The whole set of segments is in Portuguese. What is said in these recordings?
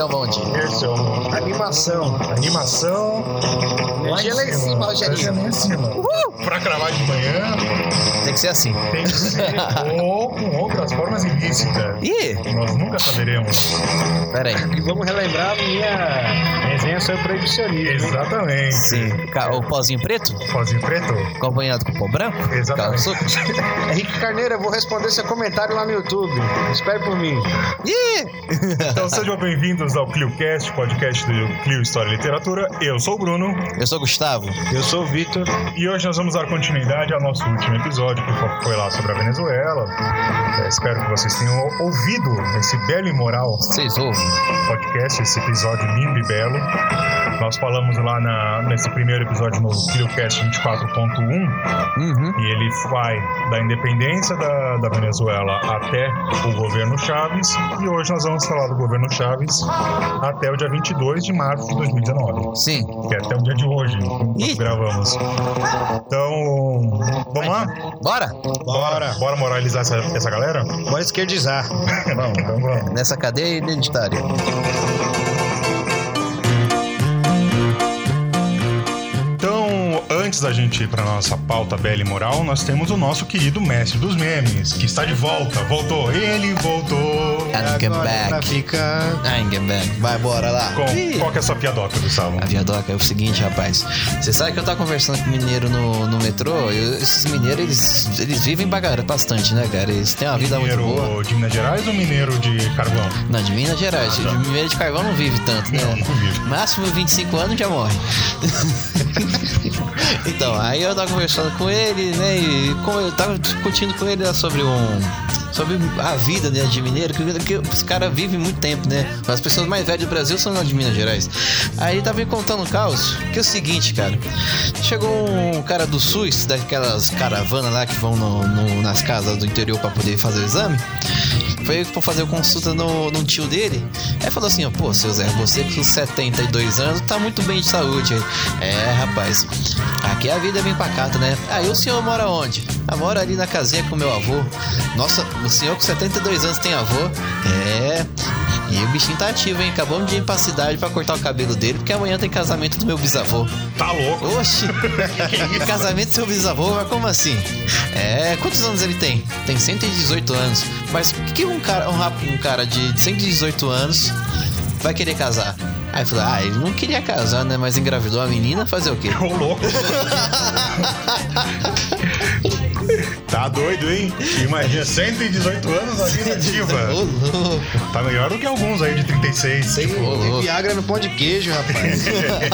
Esse é o bom dia. Esse é o... Animação. Energia lá em cima, Rogerinho. Lá em cima. Pra cravar de manhã, Tem que ser assim. tem que ser ou com outras formas ilícitas. Ih, Nós nunca saberemos. pera aí. E vamos relembrar minha resenha sobre proibicionismo. Exatamente. Sim. O pozinho preto, Pozinho preto? acompanhado com o pó branco. Exatamente. Henrique Carneiro, eu vou responder seu comentário lá no YouTube. Espere por mim. Ih! Então sejam bem-vindos ao ClioCast, podcast do Clio História e Literatura. Eu sou o Bruno. Eu sou o Gustavo. Eu sou o Vitor. E hoje nós vamos dar continuidade ao nosso último episódio, que foi lá sobre a Venezuela. Espero que vocês tenham ouvido esse belo e moral Vocês ouvem? podcast, esse episódio lindo e belo. Nós falamos lá nesse primeiro episódio no ClioCast 24.1 e ele vai da independência da Venezuela até o governo Chávez, e hoje nós vamos falar do governo Chávez até o dia 22 de março de 2019. Sim. Que é até o dia de hoje, quando nós Ih. gravamos. Então, vamos lá? Bora? Bora moralizar essa galera? Bora esquerdizar. Vamos, então vamos. Nessa cadeia identitária. Então, antes da gente ir para nossa pauta bela e moral, nós temos o nosso querido mestre dos memes, que está de volta. Voltou. Ele voltou. I'm get Agora, pra back. ficar... I'm get back. Vai, bora lá. Qual que é a sua piadoca, Gustavo? A viadoca é o seguinte, rapaz. Você sabe que eu tava conversando com mineiro no metrô? Esses mineiros, eles vivem bastante, né, cara? Eles têm uma vida muito boa. Mineiro de Minas Gerais ou mineiro de carvão? Não, de Minas Gerais. Ah, tá. Mineiro de carvão não vive tanto, né? Não vive. Máximo 25 anos já morre. Então, aí eu tava conversando com ele, né? E eu tava discutindo com ele sobre a vida, né, de mineiro, que os caras vivem muito tempo, né? As pessoas mais velhas do Brasil são lá de Minas Gerais. Aí ele tava me contando um caos, que é o seguinte, cara. Chegou um cara do SUS, daquelas caravanas lá que vão nas casas do interior pra poder fazer o exame. Foi pra fazer consulta num tio dele. Aí falou assim, ó, pô, seu Zé, você com 72 anos tá muito bem de saúde. Aí, rapaz, aqui a vida é bem pacata, né? Aí o senhor mora onde? Eu moro ali na casinha com meu avô. Nossa, o senhor com 72 anos tem avô? É. E o bichinho tá ativo, hein? Acabamos de ir pra cidade pra cortar o cabelo dele, porque amanhã tem casamento do meu bisavô. Tá louco? Oxi! Casamento do seu bisavô? Mas como assim? É, quantos anos ele tem? Tem 118 anos. Mas por que um cara de 118 anos vai querer casar? Aí falou, ele não queria casar, né? Mas engravidou a menina, fazer o quê? Ô, louco. Tá doido, hein? Imagina, 118 anos a vida ativa. Ô, louco. Tá melhor do que alguns aí de 36. Tem, Ô, louco. tem Viagra no pão de queijo, rapaz.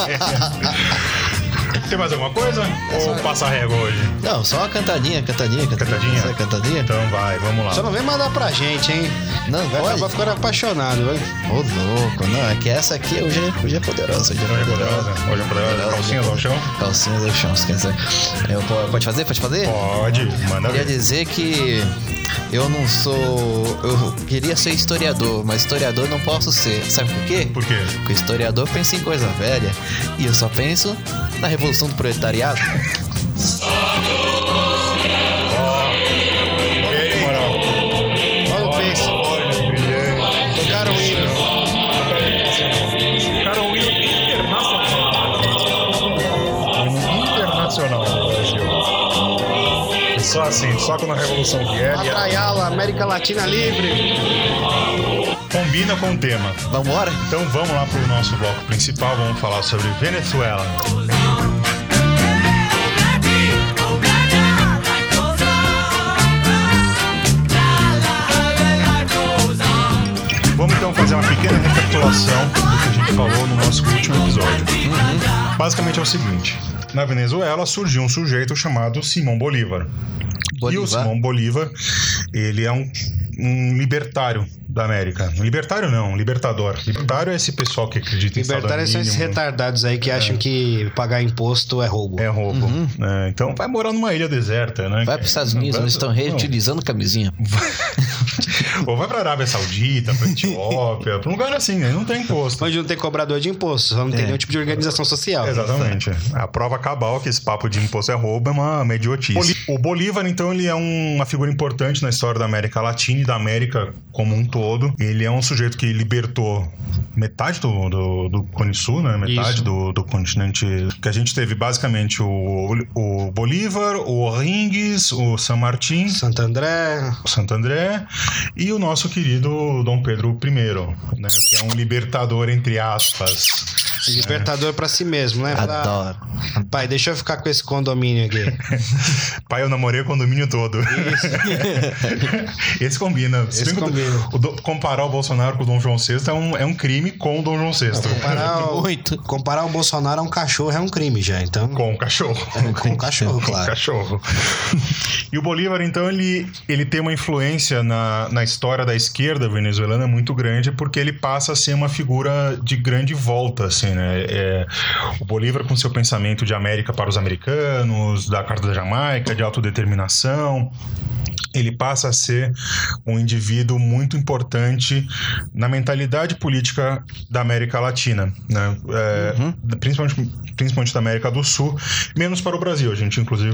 Tem mais alguma coisa? Ou passa a régua hoje? Não, só uma cantadinha. Cantadinha? Sabe cantadinha? Então vai, vamos lá. Só não vem mandar pra gente, hein? Não, Vai pode. acabar ficando apaixonado, vai. Ô, louco. Não, é que essa aqui hoje é poderosa. Hoje é poderosa. Calcinhas ao chão? Calcinhas ao chão, quer dizer. Pode fazer? Pode, manda Queria ver. dizer que eu não sou... Eu queria ser historiador, mas historiador não posso ser. Sabe por quê? Por quê? Porque historiador pensa em coisa velha. E eu só penso na Revolução do Proletariado. Ei, moral. Olha o peixe. Tocaram o hino. Cara, o hino internacional do Brasil. É só assim, só quando a Revolução vier, Atraiá-la, América Latina livre. combina com o tema. Vambora? Então vamos lá pro nosso bloco principal, vamos falar sobre Venezuela. Vamos então fazer uma pequena recapitulação do que a gente falou no nosso último episódio. Basicamente é o seguinte: na Venezuela surgiu um sujeito chamado Simão Bolívar. E o Simão Bolívar, ele é um libertário da América. Libertário não, libertador. Libertário é esse pessoal que acredita em salário Libertários são esses mínimo. retardados aí que acham que pagar imposto é roubo. É roubo. Então vai morar numa ilha deserta, né? Vai para os Estados Unidos, onde estão reutilizando camisinha. Ou vai pra Arábia Saudita, pra Etiópia, pra um lugar assim, né? Não tem imposto. Onde não tem cobrador de imposto, só não tem nenhum tipo de organização social. Exatamente. A prova cabal que esse papo de imposto é roubo é uma idiotice. O Bolívar, então, ele é uma figura importante na história da América Latina e da América como um todo. Ele é um sujeito que libertou metade do Cone Sul, né? Metade do continente. Que a gente teve basicamente o Bolívar, o O'Higgins, o San Martín, Santo André e o nosso querido Dom Pedro I, né? Que é um libertador, entre aspas. Libertador pra si mesmo, né? Adoro. Pai, deixa eu ficar com esse condomínio aqui. Pai, eu namorei o condomínio todo. Isso. Esse combina. Comparar o Bolsonaro com o Dom João VI é um crime com o Dom João VI. Comparar o Bolsonaro a um cachorro é um crime já, então. Com o cachorro. Com o cachorro, claro. Com o cachorro. E o Bolívar, então, ele tem uma influência na história da esquerda venezuelana muito grande, porque ele passa a ser uma figura de grande volta, assim, né? O Bolívar, com seu pensamento de América para os americanos, da Carta da Jamaica, de autodeterminação, ele passa a ser um indivíduo muito importante na mentalidade política da América Latina, né? Principalmente da América do Sul, menos para o Brasil. A gente, inclusive,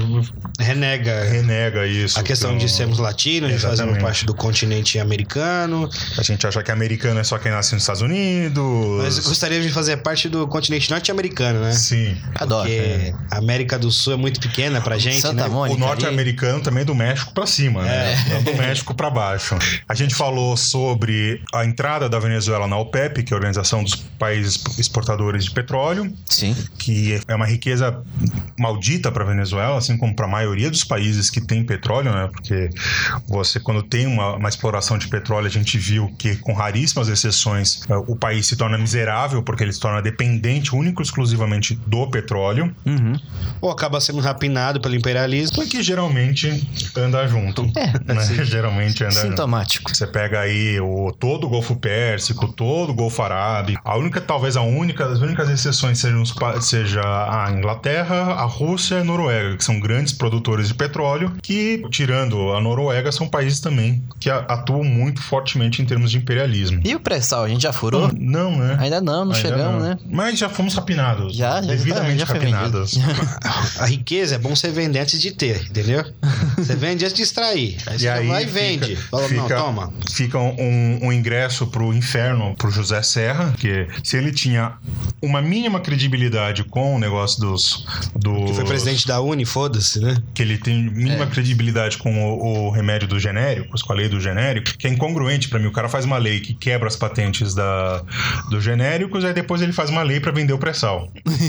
renega isso. A questão de sermos latinos, de fazermos parte do continente americano. A gente acha que americano é só quem nasce nos Estados Unidos. Mas gostaríamos de fazer parte do continente norte-americano, né? Sim. Adoro. Porque a América do Sul é muito pequena pra gente, Santa né? Mônica, o norte-americano também é do México pra cima, né? Do México pra baixo. A gente falou sobre a entrada da Venezuela na OPEP, que é a Organização dos Países Exportadores de Petróleo. Sim. Que é uma riqueza maldita pra Venezuela, assim como pra maioria dos países que tem petróleo, né? Porque você, quando tem uma exploração de petróleo, a gente viu que, com raríssimas exceções, o país se torna miserável, porque ele se torna dependente único e exclusivamente do petróleo. Ou acaba sendo rapinado pelo imperialismo. Que geralmente anda junto. Né? Geralmente anda sintomático. Junto. Você pega aí todo o Golfo Pérsico, todo o Golfo Arábico. Talvez as únicas exceções seja a Inglaterra, a Rússia e a Noruega, que são grandes produtores de petróleo, que, tirando a Noruega, são países também que atuam muito fortemente em termos de imperialismo. E o pré-sal, a gente já furou? Não, né? Ainda não chegamos, né? Mas já fomos rapinados. Devidamente rapinados. A riqueza é bom você vender antes de ter, entendeu? Você vende antes de extrair. Aí você vai e vende. Fala, não, toma. Fica um ingresso pro inferno pro José Serra, que se ele tinha uma mínima credibilidade com o negócio dos... Que foi presidente da Uni, foda-se, né? Que ele tem mínima credibilidade com o remédio dos genéricos, com a lei do genérico, que é incongruente pra mim. O cara faz uma lei que quebra as patentes dos genéricos, aí depois ele faz uma lei pra vender o pré-sal.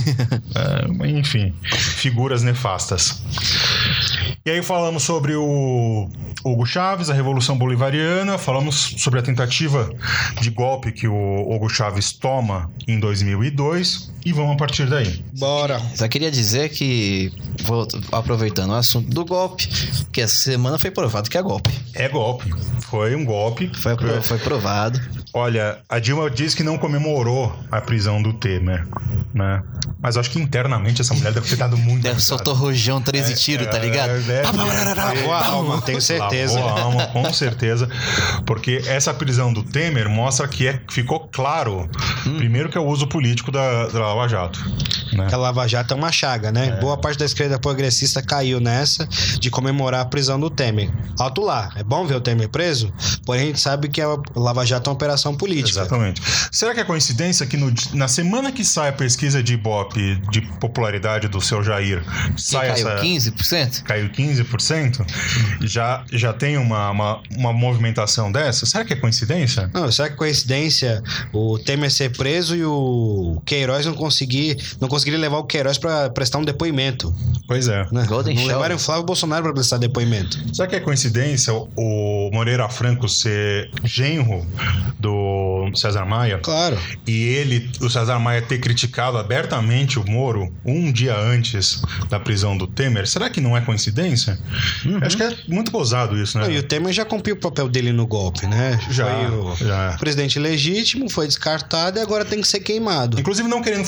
Enfim, figuras nefastas. E aí falamos sobre o Hugo Chávez, a Revolução Bolivariana, falamos sobre a tentativa de golpe que o Hugo Chávez toma em 2002 e vamos a partir daí. Bora! Só queria dizer que, aproveitando o assunto do golpe, que essa semana foi provado que é golpe. É golpe. Foi um golpe. Foi provado. Olha, a Dilma diz que não comemorou a prisão do Temer, né? Mas acho que internamente essa mulher deve ter dado muito. Soltou rojão, 13 tiros, tá ligado? Lavou a alma, tenho certeza. Lavou a alma, com certeza. Porque essa prisão do Temer mostra que ficou claro, primeiro, que é o uso político da Lava Jato. Né? A Lava Jato é uma chaga, né? Boa parte da esquerda progressista caiu nessa de comemorar a prisão do Temer. Alto lá, é bom ver o Temer preso, porém a gente sabe que a Lava Jato é uma operação política. Exatamente. Será que é coincidência que na semana que sai a pesquisa de Ibope de popularidade do seu Jair, caiu 15%? Caiu 15%? Já tem uma movimentação dessa? Será que é coincidência? Não, será que é coincidência o Temer ser preso e o Queiroz não conseguir levar o Queiroz para prestar um depoimento? Pois é. Né? Não levaram o Flávio Bolsonaro para prestar depoimento. Será que é coincidência o Moreira Franco ser genro do César Maia? Claro. E o César Maia ter criticado abertamente o Moro um dia antes da prisão do Temer? Será que não é coincidência? Acho que é muito gozado isso, né? E o Temer já cumpriu o papel dele no golpe, né? Já. Foi o presidente legítimo, foi descartado e agora tem que ser queimado. Inclusive não querendo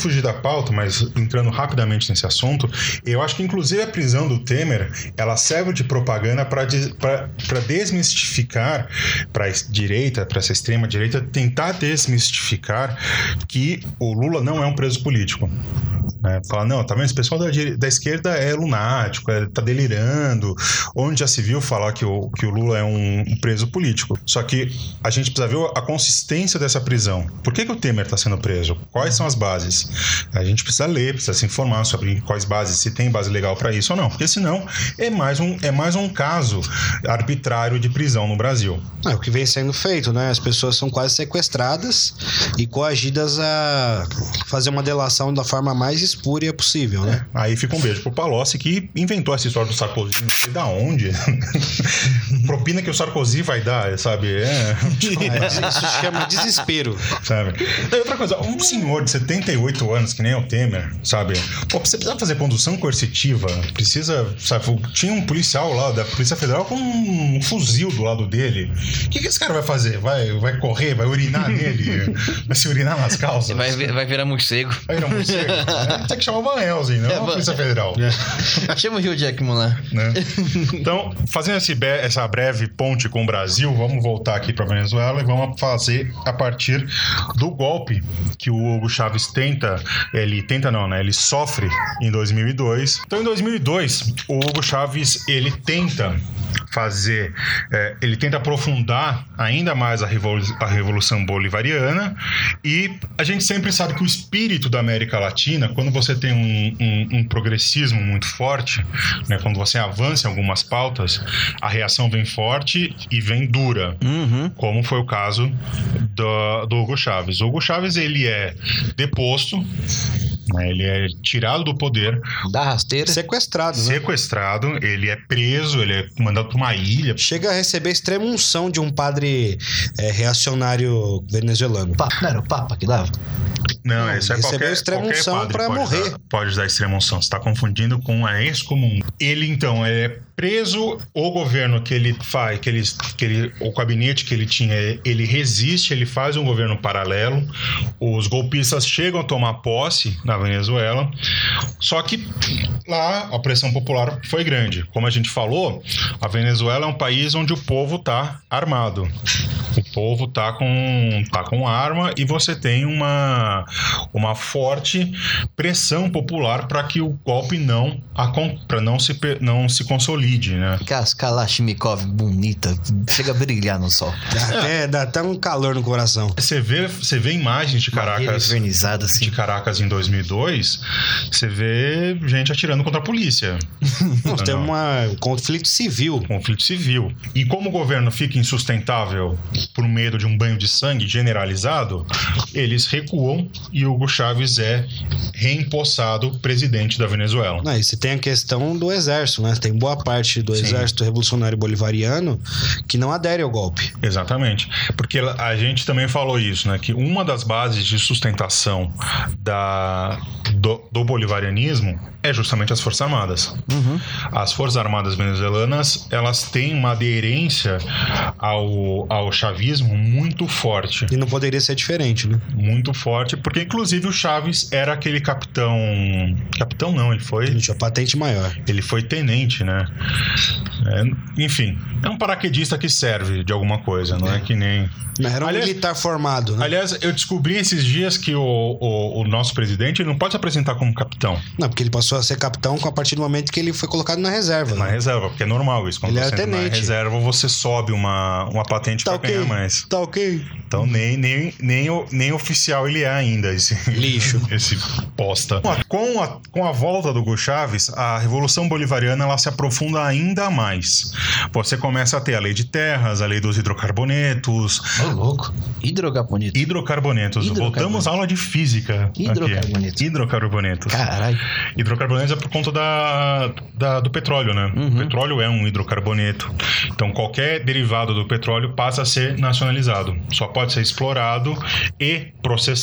fugir da pauta, mas entrando rapidamente nesse assunto, eu acho que inclusive a prisão do Temer, ela serve de propaganda para desmistificar para a direita, para essa extrema direita, tentar desmistificar que o Lula não é um preso político. Fala, não, tá vendo? Esse pessoal da esquerda é lunático, tá delirando. Onde já se viu falar que o Lula é um preso político. Só que a gente precisa ver a consistência dessa prisão. Por que o Temer está sendo preso? Quais são as bases? A gente precisa ler, precisa se informar sobre quais bases, se tem base legal para isso ou não. Porque senão é mais um caso arbitrário de prisão no Brasil. É o que vem sendo feito, né? As pessoas são quase sequestradas e coagidas a fazer uma delação da forma mais espúria possível, né? Aí fica um beijo pro Palocci, que inventou essa história do Sarkozy, não sei da onde. Propina que o Sarkozy vai dar, sabe? Isso se chama desespero. Sabe? E outra coisa, um senhor de 78 anos, que nem é o Temer, sabe? Pô, você precisa fazer condução coercitiva, precisa, sabe? Tinha um policial lá da Polícia Federal com um fuzil do lado dele. O que esse cara vai fazer? Vai correr? Vai urinar nele? Vai se urinar nas calças? Vai virar morcego. Vai virar morcego? Tem que chamar o Van Helsing, não a Polícia Federal. Chama o Hugh Jackman lá. Né? Então, fazendo essa breve ponte com o Brasil, vamos voltar aqui para Venezuela e vamos fazer a partir do golpe que o Hugo Chávez ele sofre em 2002. Então, em 2002, o Hugo Chávez, ele tenta aprofundar ainda mais a Revolução Bolivariana, e a gente sempre sabe que o espírito da América Latina, quando você tem um progressismo muito forte, né, quando você avança em algumas pautas, a reação vem forte e vem dura, como foi o caso do Hugo Chávez. O Hugo Chávez, ele é deposto, né, ele é tirado do poder, da rasteira, sequestrado, ele é preso, ele é mandado para uma ilha. Chega a receber extrema unção de um padre reacionário venezuelano. Não era o Papa que dava? Não, isso é qualquer unção para morrer. Pode dar extrema unção. Você está confundindo com a excomungão. Ele, então, é preso. O governo que ele faz, o gabinete que ele tinha, ele resiste, ele faz um governo paralelo. Os golpistas chegam a tomar posse na Venezuela. Só que lá a pressão popular foi grande. Como a gente falou, a Venezuela é um país onde o povo está armado. O povo está com arma, e você tem uma forte pressão popular para que o golpe não se consolide, né? Aquelas Kalashnikov bonita, chega a brilhar no sol. Dá até um calor no coração. Você vê imagens de Caracas, assim. de Caracas em 2002, você vê gente atirando contra a polícia. Tem um conflito civil. E como o governo fica insustentável por medo de um banho de sangue generalizado, eles recuam e Hugo Chávez é reempossado presidente da Venezuela. E você tem a questão do exército, né? Tem boa parte do exército revolucionário bolivariano que não adere ao golpe. Exatamente. Porque a gente também falou isso, né? Que uma das bases de sustentação do bolivarianismo é justamente as Forças Armadas. As Forças Armadas venezuelanas, elas têm uma aderência ao chavismo muito forte. E não poderia ser diferente, né? Muito forte, porque inclusive o Chávez era aquele capitão não, ele foi... Ele tinha patente maior. Ele foi tenente, né? Enfim, é um paraquedista que serve de alguma coisa, não é que nem... Era um militar formado, né? Aliás, eu descobri esses dias que o nosso presidente, ele não pode se apresentar como capitão. Não, porque ele passou a ser capitão a partir do momento que ele foi colocado na reserva. Na reserva, porque é normal isso. Quando ele você era tenente. Na reserva, você sobe uma patente pra ganhar mais. Tá ok. Então nem oficial ele é ainda, esse lixo. Esse posta. Com a volta do Hugo Chávez, a Revolução Bolivariana, ela se aprofunda ainda mais. Você começa a ter a lei de terras, a lei dos hidrocarbonetos. Louco. Hidrocarbonetos. Voltamos à aula de física. Hidrocarbonetos. Caralho. Hidrocarbonetos é por conta do petróleo, né? O petróleo é um hidrocarboneto. Então, qualquer derivado do petróleo passa a ser nacionalizado. Só pode ser explorado e processado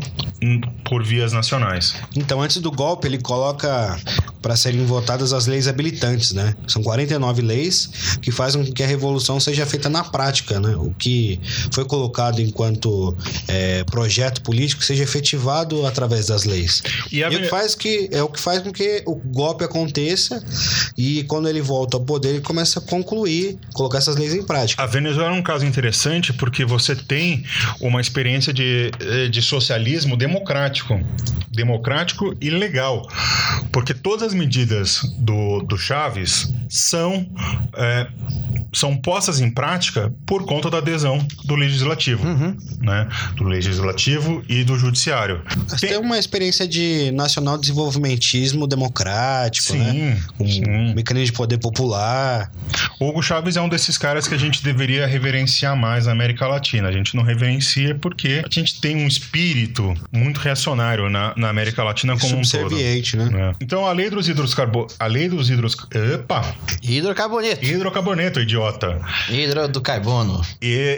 por vias nacionais. Então, antes do golpe, ele coloca para serem votadas as leis habilitantes, né? São 49 leis que fazem com que a revolução seja feita na prática, né? O que foi colocado enquanto projeto político seja efetivado através das leis. E o que faz com que o golpe aconteça, e quando ele volta ao poder, ele começa a colocar essas leis em prática. A Venezuela é um caso interessante porque você tem uma experiência de socialismo democrático e legal, porque todas as medidas do Chávez são postas em prática por conta da adesão do legislativo, né? Do legislativo e do judiciário. Tem uma experiência de nacional desenvolvimentismo democrático, sim, né? Um mecanismo de poder popular. O Hugo Chávez é um desses caras que a gente deveria reverenciar mais na América Latina. A gente não reverencia porque a gente tem um espírito muito reacionário na América Latina como um todo. Subserviente, né? Então, a lei dos hidrocarboneto, idiota. Hidro do carbono. E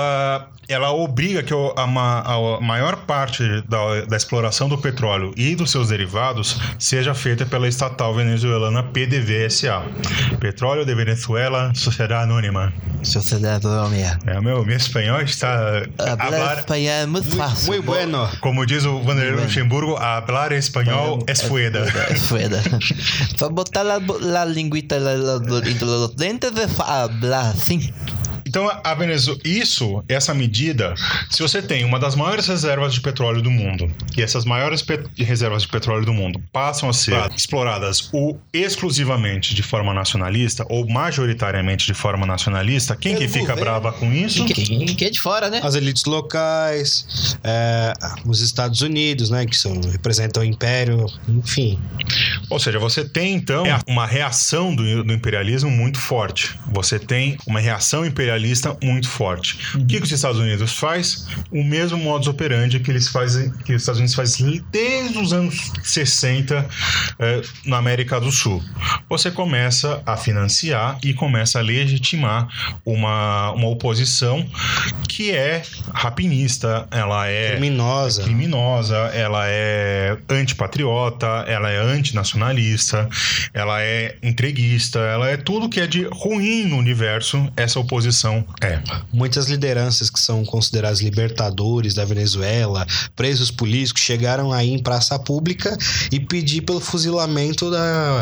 ela obriga que a maior parte da exploração do petróleo e dos seus derivados seja feita pela estatal venezuelana PDVSA. Petróleo de Venezuela, Sociedade Anônima. Sociedade Anônima. Meu espanhol está... Hablar espanhol é muito fácil. Muito bueno. Como diz o Vanderlei Luxemburgo, hablar espanhol es fueda. Es fueda. Para botar la linguita entre los dentes de hablar assim. Então, a Venezuela, essa medida, se você tem uma das maiores reservas de petróleo do mundo, e essas maiores reservas de petróleo do mundo passam a ser exploradas exclusivamente de forma nacionalista, ou majoritariamente de forma nacionalista, quem que fica brava com isso? Quem é de fora, né? As elites locais, os Estados Unidos, né, que representam o império, enfim. Ou seja, você tem, então, uma reação do imperialismo muito forte. Você tem uma reação imperialista muito forte. O que os Estados Unidos faz? O mesmo modus operandi que os Estados Unidos fazem desde os anos 60 na América do Sul. Você começa a financiar e começa a legitimar uma oposição que é rapinista, ela é criminosa, ela é antipatriota, ela é antinacionalista, ela é entreguista, ela é tudo que é de ruim no universo, essa oposição é. Muitas lideranças que são consideradas libertadores da Venezuela, presos políticos, chegaram aí em praça pública e pedir pelo fuzilamento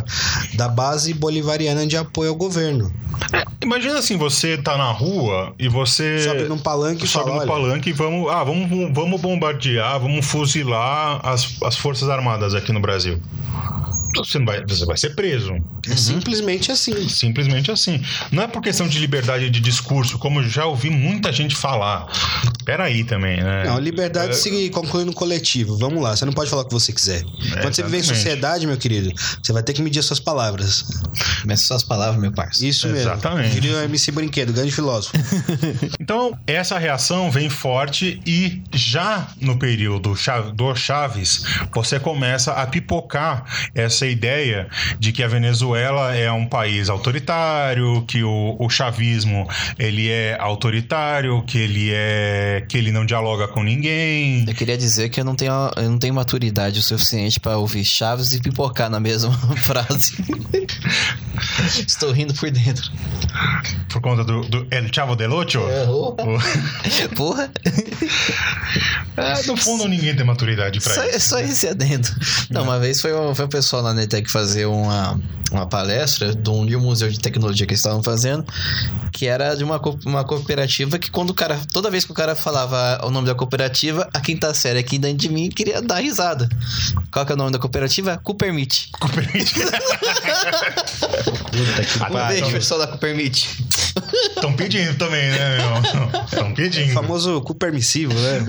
da base bolivariana de apoio ao governo. Imagina assim, você tá na rua e você sobe num palanque e vamos bombardear, vamos fuzilar as Forças Armadas aqui no Brasil. Você vai ser preso. Simplesmente assim. Simplesmente assim. Não é por questão de liberdade de discurso, como eu já ouvi muita gente falar. Peraí também, né? Não, liberdade se conclui no coletivo. Vamos lá, você não pode falar o que você quiser. Quando você viver em sociedade, meu querido, você vai ter que medir as suas palavras. Medir suas palavras, meu parceiro. Isso mesmo. Exatamente. Queria o MC Brinquedo, grande filósofo. Então, essa reação vem forte e já no período do Chávez, você começa a pipocar essa ideia de que a Venezuela é um país autoritário, que o chavismo ele é autoritário, que ele não dialoga com ninguém. Eu queria dizer que eu não tenho maturidade o suficiente para ouvir Chávez e pipocar na mesma frase. Estou rindo por dentro. Por conta do El Chavo del Ocho? Porra. No fundo, ninguém tem maturidade pra isso. Só esse adendo. Não, uma vez foi um pessoal na NETEC fazer uma palestra de um museu de tecnologia que eles estavam fazendo, que era de uma cooperativa que toda vez que o cara falava o nome da cooperativa, a quinta série aqui dentro de mim queria dar risada. Qual que é o nome da cooperativa? Coopermit. Coopermit. Puta que pariu. Pessoal da Coopermit. Estão pedindo também, né, meu? Estão pedindo. O famoso cu permissivo, né?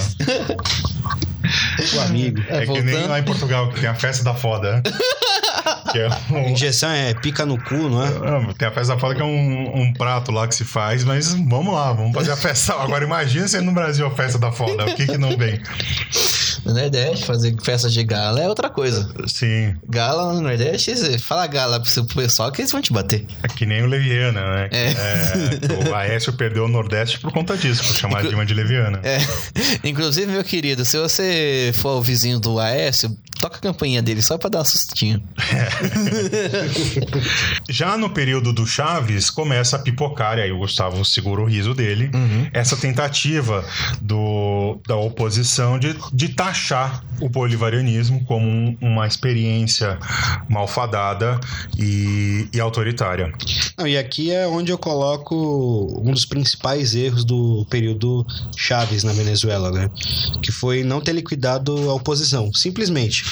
O amigo. Que nem lá em Portugal, que tem a festa da foda. Que é injeção é pica no cu, não é? Tem a festa da foda que é um prato lá que se faz, mas vamos lá, vamos fazer a festa. Agora imagina se no Brasil a festa da foda, o que não vem? no Nordeste, fazer festa de gala é outra coisa. Sim. Gala no Nordeste, você fala gala pro pessoal que eles vão te bater. É que nem o Leviana, né? O Aécio perdeu o Nordeste por conta disso, por chamar a Dilma de Leviana. Inclusive, meu querido, se você for o vizinho do Aécio, toca a campainha dele só pra dar um sustinho. Já no período do Chaves, começa a pipocar, e aí o Gustavo segura o riso dele, essa tentativa da oposição de taxar o bolivarianismo como uma experiência malfadada e autoritária. Não, e aqui é onde eu coloco um dos principais erros do período Chaves na Venezuela, né? Que foi não ter liquidado a oposição, simplesmente.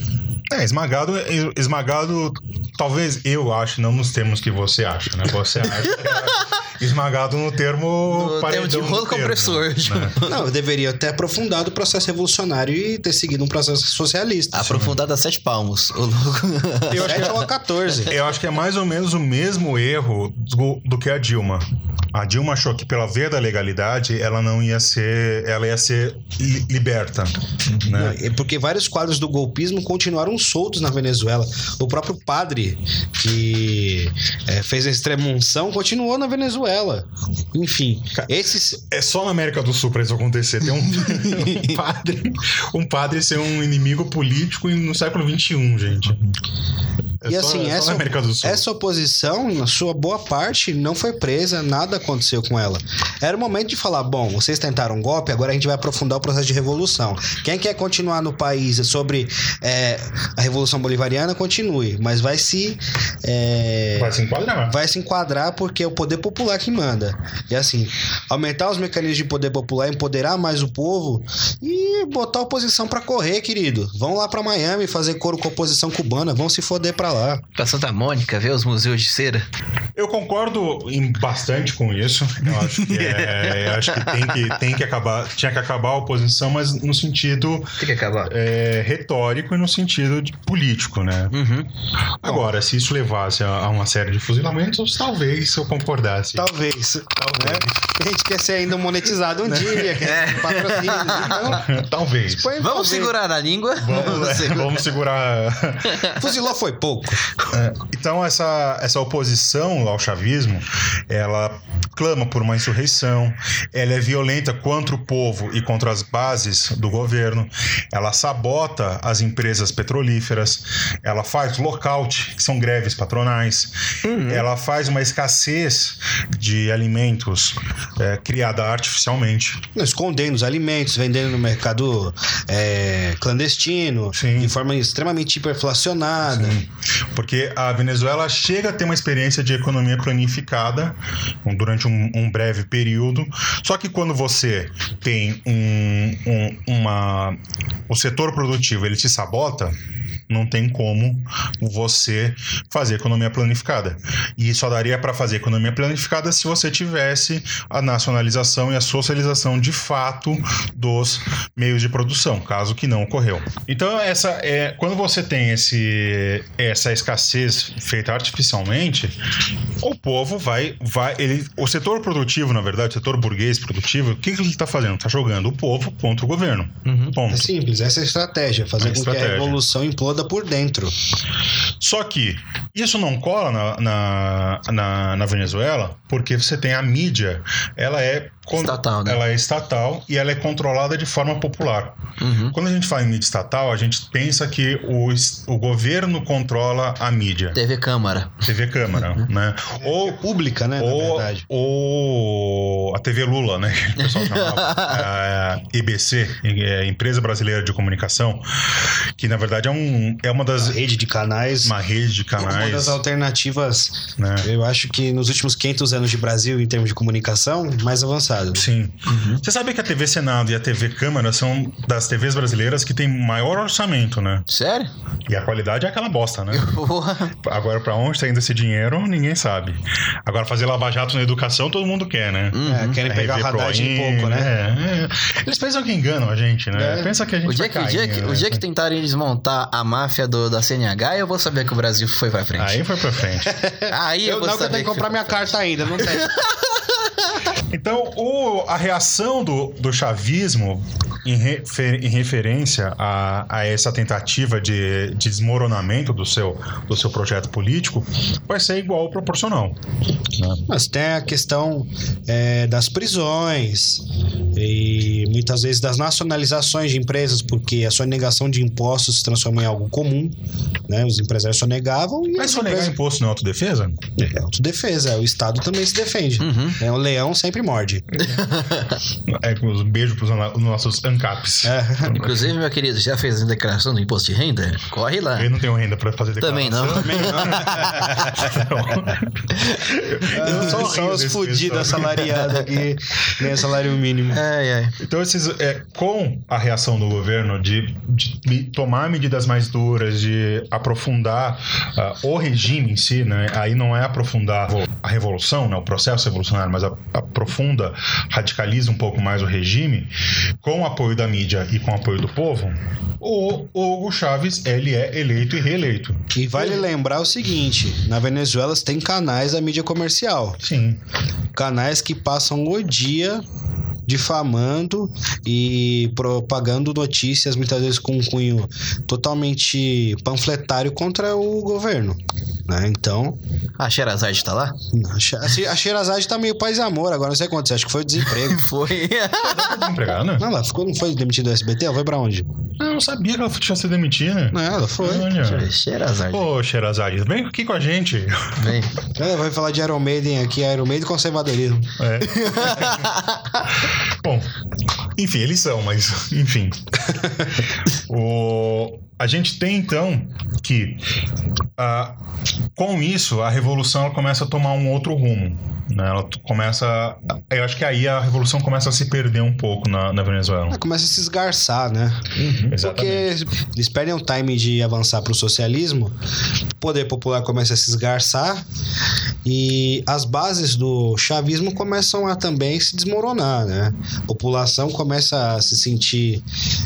Esmagado, talvez eu acho, não nos termos que você acha, né? Você acha que era esmagado no termo de rolo compressor. Né? Não, eu deveria ter aprofundado o processo revolucionário e ter seguido um processo socialista. Aprofundado a 7 palmos. Eu acho que é a 14. Eu acho que é mais ou menos o mesmo erro do que a Dilma. A Dilma achou que pela via da legalidade ela ia ser liberta, né? Não, porque vários quadros do golpismo continuaram soltos na Venezuela. O próprio padre que fez a extrema-unção continuou na Venezuela. Enfim, esses... É só na América do Sul pra isso acontecer. Tem um padre ser um inimigo político no século XXI, gente. Essa oposição, na sua boa parte, não foi presa, nada aconteceu com ela. Era o momento de falar, bom, vocês tentaram um golpe, agora a gente vai aprofundar o processo de revolução. Quem quer continuar no país sobre a Revolução Bolivariana, continue, mas vai se enquadrar. Vai se enquadrar porque é o poder popular que manda. E assim, aumentar os mecanismos de poder popular, empoderar mais o povo e botar a oposição pra correr, querido. Vão lá pra Miami fazer coro com a oposição cubana, vão se foder pra lá. Pra Santa Mônica, ver os museus de cera. Eu concordo bastante com isso. Eu acho que tem que acabar. Tinha que acabar a oposição, mas no sentido tem que acabar. Retórico e no sentido político, né? Agora, se isso levasse a uma série de fuzilamentos, talvez eu concordasse. Talvez. Né? A gente quer ser ainda monetizado um dia, quer ser patrocínio. Então, talvez. Vamos segurar a língua. Vamos segurar. Fuzilou foi pouco. Então, essa oposição ao chavismo, ela clama por uma insurreição, ela é violenta contra o povo e contra as bases do governo, ela sabota as empresas petrolíferas, ela faz lockout, que são greves patronais, ela faz uma escassez de alimentos criada artificialmente. Escondendo os alimentos, vendendo no mercado clandestino, Sim. de forma extremamente hiperflacionada. Sim. Porque a Venezuela chega a ter uma experiência de economia planificada durante um breve período, só que quando você tem o setor produtivo ele se sabota, não tem como você fazer economia planificada. E só daria para fazer economia planificada se você tivesse a nacionalização e a socialização de fato dos meios de produção, caso que não ocorreu. Então, quando você tem essa escassez feita artificialmente, o povo o setor produtivo, na verdade, o setor burguês produtivo, o que ele está fazendo? Está jogando o povo contra o governo. Ponto. É simples, essa é a estratégia, fazer com que a revolução imploda por dentro. Só que isso não cola na Venezuela, porque você tem a mídia, ela é estatal, né? Ela é estatal e ela é controlada de forma popular. Quando a gente fala em mídia estatal, a gente pensa que o governo controla a mídia. TV Câmara, né? Ou pública, né? Na verdade. Ou a TV Lula, né? Que o pessoal chamava EBC, Empresa Brasileira de Comunicação, que na verdade é uma das... Uma rede de canais. Uma das alternativas, né? Eu acho que nos últimos 500 anos de Brasil, em termos de comunicação, mais avançado. Sim. Você sabe que a TV Senado e a TV Câmara são das TVs brasileiras que tem maior orçamento, né? Sério? E a qualidade é aquela bosta, né? Agora, pra onde tá indo esse dinheiro, ninguém sabe. Agora, fazer lava-jato na educação, todo mundo quer, né? Querem pegar o radar de pouco, né? Eles pensam que enganam a gente, né? Pensa que a gente o dia que tentarem desmontar a máfia da CNH, eu vou saber que o Brasil foi pra frente. Aí foi pra frente. Aí eu vou saber eu tenho que comprar minha carta ainda, não tem. Então, a reação do chavismo em referência a essa tentativa de desmoronamento do seu projeto político vai ser igual ou proporcional. Né? Mas tem a questão das prisões e muitas vezes das nacionalizações de empresas, porque a sonegação de impostos se transformou em algo comum, né? Os empresários sonegavam. Mas sonegar imposto não é autodefesa? É autodefesa, o Estado também se defende. O leão sempre morde. Um beijo para os nossos ANCAPs. Inclusive, meu querido, já fez a declaração do imposto de renda? Corre lá. Eu não tenho renda para fazer declaração. Também não. Só os fudidos assalariados aqui, nem salário mínimo. Então, com a reação do governo de tomar medidas mais duras, de aprofundar o regime em si, né? Aí não é aprofundar a revolução, né? O processo revolucionário, mas aprofunda, radicaliza um pouco mais o regime, com o apoio da mídia e com o apoio do povo, o Hugo Chávez, ele é eleito e reeleito. E vale lembrar o seguinte, na Venezuela tem canais da mídia comercial. Sim. Canais que passam o dia difamando e propagando notícias, muitas vezes com um cunho totalmente panfletário contra o governo, né? Então... A Sherazade tá lá? A Sherazade tá meio paz e amor agora, não sei quanto, acho que foi o desemprego. Foi. Ela tá desempregada, né? Não, ela não foi demitida do SBT? Ela foi pra onde? Eu não sabia que ela tinha sido demitida. Não, ela foi. Sherazade. Pô, Sherazade, vem aqui com a gente. Vem. Ela vai falar de Iron Maiden aqui, Iron Maiden e conservadorismo. Bom, enfim, eles são, mas enfim. A gente tem então que com isso a revolução ela começa a tomar um outro rumo, né? Ela começa, eu acho que aí a revolução começa a se perder um pouco na Venezuela. Ela começa a se esgarçar, né? Exatamente. Porque eles perdem o time de avançar para o socialismo, o poder popular começa a se esgarçar e as bases do chavismo começam a também se desmoronar, né? A população começa a se sentir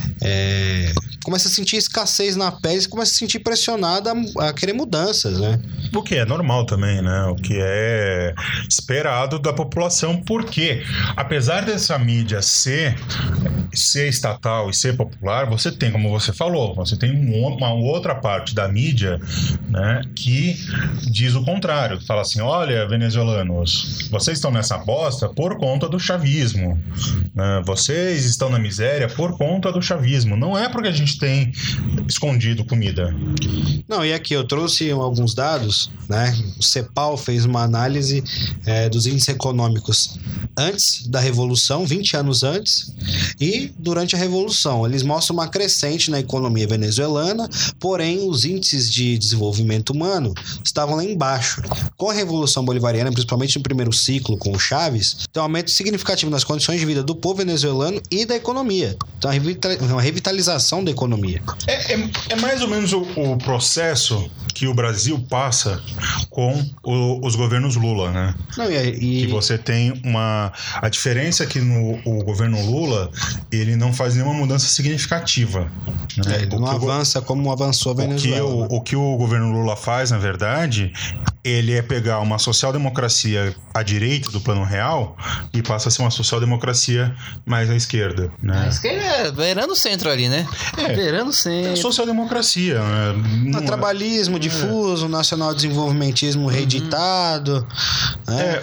escassez na pele, começa a se sentir pressionada a querer mudanças, né? O que é normal também, né? O que é esperado da população, porque apesar dessa mídia ser estatal e ser popular, você tem, como você falou, você tem uma outra parte da mídia, né, que diz o contrário, fala assim, olha, venezuelanos, vocês estão nessa bosta por conta do chavismo, né? Vocês estão na miséria por conta do chavismo, não é porque a gente tem escondido comida. Não, e aqui eu trouxe alguns dados, né? O CEPAL fez uma análise dos índices econômicos antes da Revolução, 20 anos antes, e durante a Revolução. Eles mostram uma crescente na economia venezuelana, porém os índices de desenvolvimento humano estavam lá embaixo. Com a Revolução Bolivariana, principalmente no primeiro ciclo com o Chávez, tem um aumento significativo nas condições de vida do povo venezuelano e da economia. Então, uma revitalização da economia. É mais ou menos o processo que o Brasil passa com os governos Lula, né? Não, que você tem a diferença é que o governo Lula ele não faz nenhuma mudança significativa, né? Ele não avança como avançou a Venezuela. O que o governo Lula faz, na verdade, ele é pegar uma social-democracia à direita do Plano Real e passa a ser uma social-democracia mais à esquerda, né? A esquerda é beirando o centro ali, né? Beirando o centro. Social-democracia, né? Trabalhismo difuso, nacional-desenvolvimentismo reeditado. Né?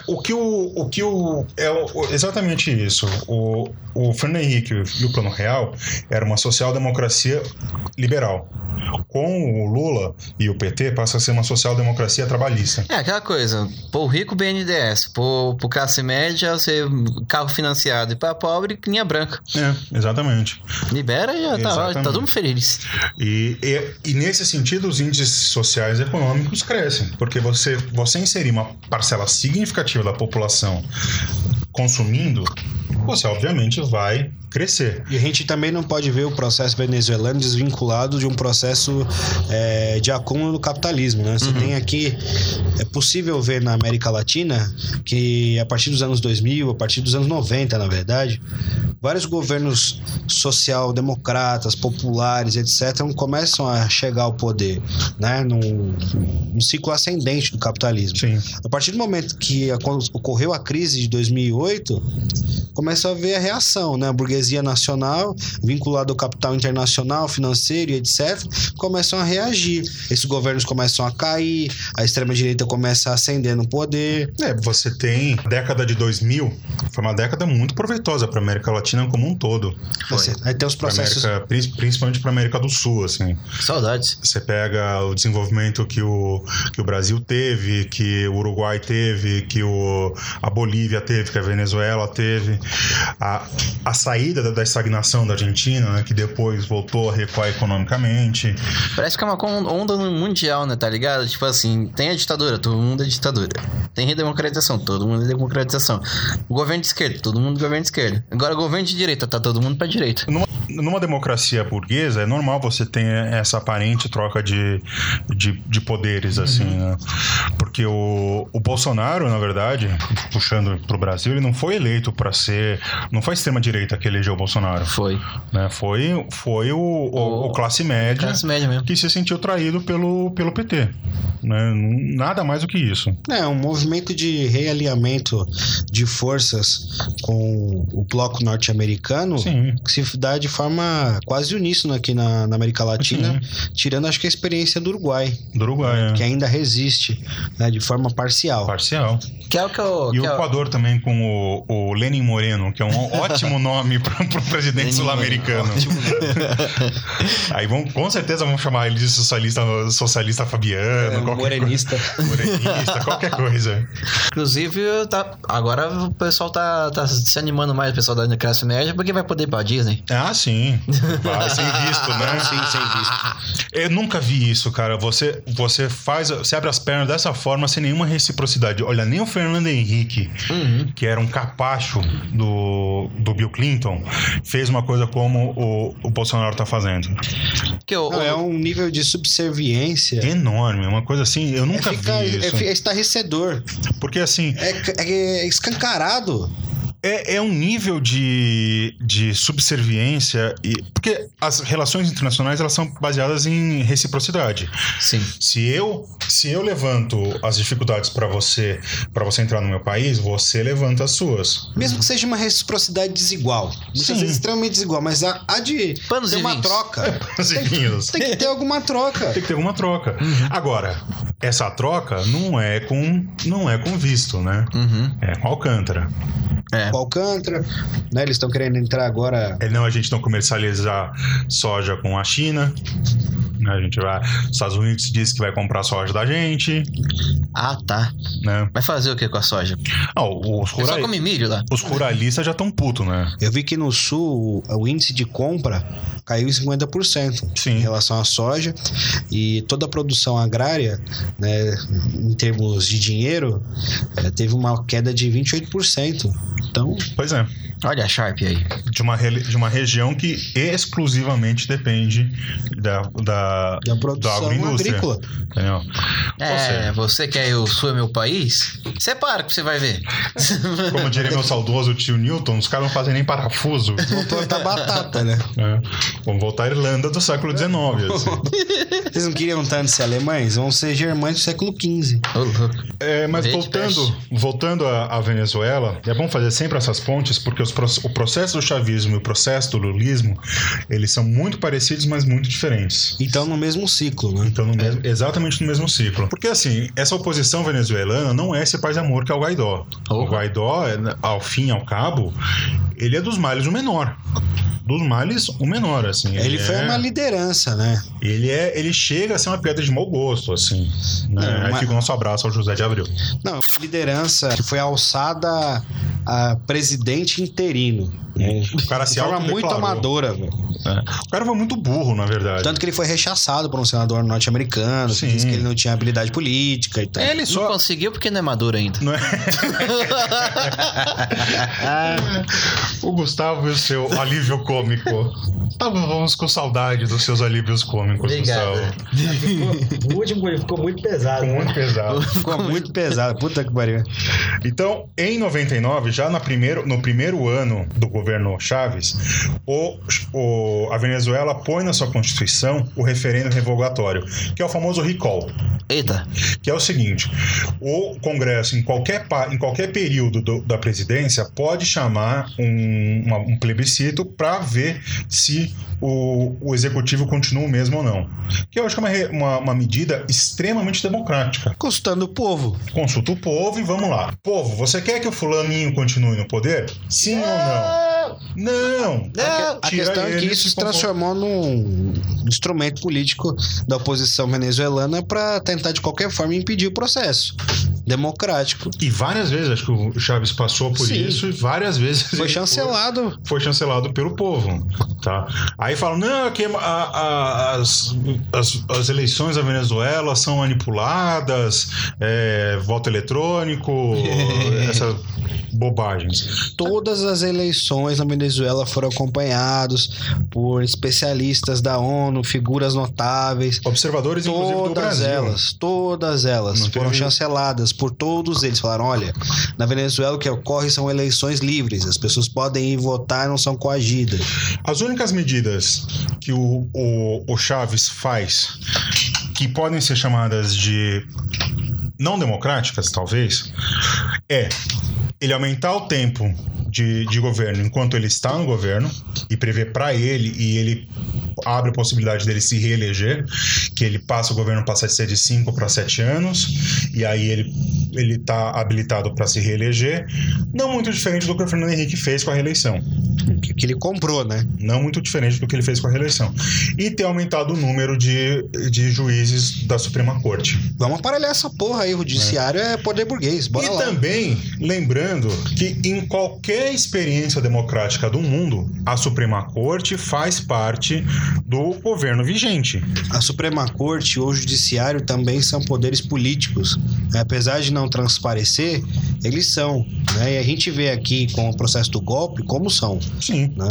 Exatamente isso. O Fernando Henrique e o Plano Real era uma social-democracia liberal. Com o Lula e o PT passa a ser uma social-democracia trabalhista. É aquela coisa, pro rico BNDES, pro classe média ser carro financiado e pra pobre linha branca. Exatamente. Libera e já tá todo mundo feliz. E nesse sentido os índices sociais e econômicos crescem, porque você inserir uma parcela significativa da população consumindo, você obviamente vai crescer. E a gente também não pode ver o processo venezuelano desvinculado de um processo de acúmulo do capitalismo, né? Você tem aqui, é possível ver na América Latina que a partir dos anos 2000, a partir dos anos 90, na verdade, vários governos social-democratas, populares, etc., começam a chegar ao poder, né? Num ciclo ascendente do capitalismo. Sim. A partir do momento que ocorreu a crise de 2008, começa a ver a reação, né? A burguesia nacional, vinculada ao capital internacional, financeiro e etc., começam a reagir. Esses governos começam a cair, a extrema-direita começa a ascender no poder. Você tem a década de 2000, foi uma década muito proveitosa para a América Latina como um todo. Aí tem os processos... Principalmente para a América do Sul, assim. Saudades. Você pega o desenvolvimento que o Brasil teve, que o Uruguai teve, que a Bolívia teve, que a Venezuela teve, a saída da estagnação da Argentina, né, que depois voltou a recuar economicamente. Parece que é uma onda mundial, né, tá ligado? Tipo assim, tem a ditadura, todo mundo é ditadura. Tem redemocratização, todo mundo é democratização. O governo de esquerda, todo mundo é governo de esquerda. Agora o governo de direita, tá todo mundo pra direita. Numa democracia burguesa, é normal você ter essa aparente troca de poderes, assim, né? Porque o Bolsonaro, na verdade, puxando pro Brasil, ele não foi eleito para ser... Não foi a extrema-direita que elegeu o Bolsonaro. Foi. Né? Foi o classe média, mesmo, que se sentiu traído pelo PT. Né? Nada mais do que isso. Um movimento de realinhamento de forças com o bloco norte-americano. Sim. Que se dá de forma quase uníssona aqui na América Latina, tirando acho que a experiência do Uruguai. Que ainda resiste, né, de forma parcial. Que é o que eu... E o Equador também com o Lenin Moreno, que é um ótimo nome pro presidente sul-americano. Aí com certeza vamos chamar ele de socialista Fabiano. Morenista, qualquer coisa. Inclusive, agora o pessoal tá se animando mais, o pessoal da classe média, porque vai poder ir pra Disney. Ah, sim. Vai sem visto, né? Sim, sem visto. Eu nunca vi isso, cara. Você abre as pernas dessa forma sem nenhuma reciprocidade. Olha, nem o Fernando Henrique, que era um capacho do Bill Clinton, fez uma coisa como o Bolsonaro tá fazendo. É um nível de subserviência enorme, uma coisa assim, eu nunca vi isso. É estarrecedor. Porque assim... É escancarado. É um nível de subserviência, porque as relações internacionais elas são baseadas em reciprocidade. Sim. Se eu levanto as dificuldades para você entrar no meu país, você levanta as suas. Mesmo que seja uma reciprocidade desigual. Muitas vezes extremamente desigual, mas há de panos ter e uma vinhos. troca. Tem que ter alguma troca. Tem que ter alguma troca. Agora, essa troca não é com visto, né? É com Alcântara. Com Alcântara, né? Eles estão querendo entrar agora. A gente não comercializar soja com a China. A gente vai. Os Estados Unidos diz que vai comprar soja da gente. Ah, tá. Né? Vai fazer o que com a soja? Só come milho lá. Os ruralistas já estão putos, né? Eu vi que no sul o índice de compra caiu em 50% em relação à soja, e toda a produção agrária, né, em termos de dinheiro, teve uma queda de 28%. Então, pois é. Olha a Sharp aí. De uma região que exclusivamente depende da produção agrícola. Entendeu? Você quer o Sul é meu país? Separa que você vai ver. Como diria meu saudoso tio Newton, os caras não fazem nem parafuso. Vão plantar batata, né? Vamos voltar à Irlanda do século XIX. Assim. Vocês não queriam tanto ser alemães? Vão ser germães do século XV. Mas voltando à Venezuela, é bom fazer sempre essas pontes, porque o processo do chavismo e o processo do lulismo, eles são muito parecidos, mas muito diferentes. E estão no mesmo ciclo, né? Exatamente no mesmo ciclo. Porque, assim, essa oposição venezuelana não é esse paz e amor que é o Guaidó. O Guaidó, ao fim e ao cabo, ele é dos males o menor. Dos males, o menor, assim. Ele foi uma liderança, né? Ele chega a ser uma pedra de mau gosto, assim. Né? Aí fica o nosso abraço ao José de Abreu. Não, uma liderança que foi alçada presidente interino. O cara se de forma muito autodeclarou. amadora, velho. O cara foi muito burro, na verdade. Tanto que ele foi rechaçado por um senador norte-americano, que disse que ele não tinha habilidade política e tal. Ele só conseguiu porque não é maduro ainda. Não é? O Gustavo e o seu alívio cômico. Estávamos com saudade dos seus alívios cômicos, Obrigado. Gustavo. O último ficou muito pesado. Ficou muito pesado. Ficou muito pesado. Puta que pariu. Então, em 99, já no primeiro ano do governo Chaves, a Venezuela põe na sua Constituição o referendo revogatório, que é o famoso recall. Eita. Que é o seguinte: o Congresso, em qualquer período da presidência, pode chamar um plebiscito para ver se o executivo continua o mesmo ou não. Que eu acho que é uma medida extremamente democrática. Consultando o povo. Consulta o povo e vamos lá. Povo, você quer que o fulaninho continue no poder? Sim ou não? Não. A questão é que isso se transformou num instrumento político da oposição venezuelana para tentar de qualquer forma impedir o processo democrático. E várias vezes, acho que o Chaves passou por isso, e várias vezes foi chancelado. Foi chancelado pelo povo, tá? Aí falam, não, que as eleições da Venezuela são manipuladas, voto eletrônico, essas bobagens. Todas as eleições na Venezuela foram acompanhadas por especialistas da ONU, figuras notáveis. Observadores, inclusive, do Brasil. Todas elas foram chanceladas por todos eles. Falaram, olha, na Venezuela o que ocorre são eleições livres, as pessoas podem ir votar e não são coagidas. As únicas medidas que o Chaves faz, que podem ser chamadas de não democráticas, talvez, ele aumentar o tempo de governo enquanto ele está no governo e prever para ele, e ele abre a possibilidade dele se reeleger, que ele passa o governo passa a ser de 5 para 7 anos, e aí ele está habilitado para se reeleger, não muito diferente do que o Fernando Henrique fez com a reeleição. Que ele comprou, né? Não muito diferente do que ele fez com a reeleição. E ter aumentado o número de juízes da Suprema Corte. Vamos aparelhar essa porra aí, o judiciário é poder burguês, bora lá. E também, lembrando que em qualquer experiência democrática do mundo, a Suprema Corte faz parte do governo vigente. A Suprema Corte ou o judiciário também são poderes políticos. Apesar de não transparecer, eles são. Né? E a gente vê aqui com o processo do golpe como são. Sim. Né?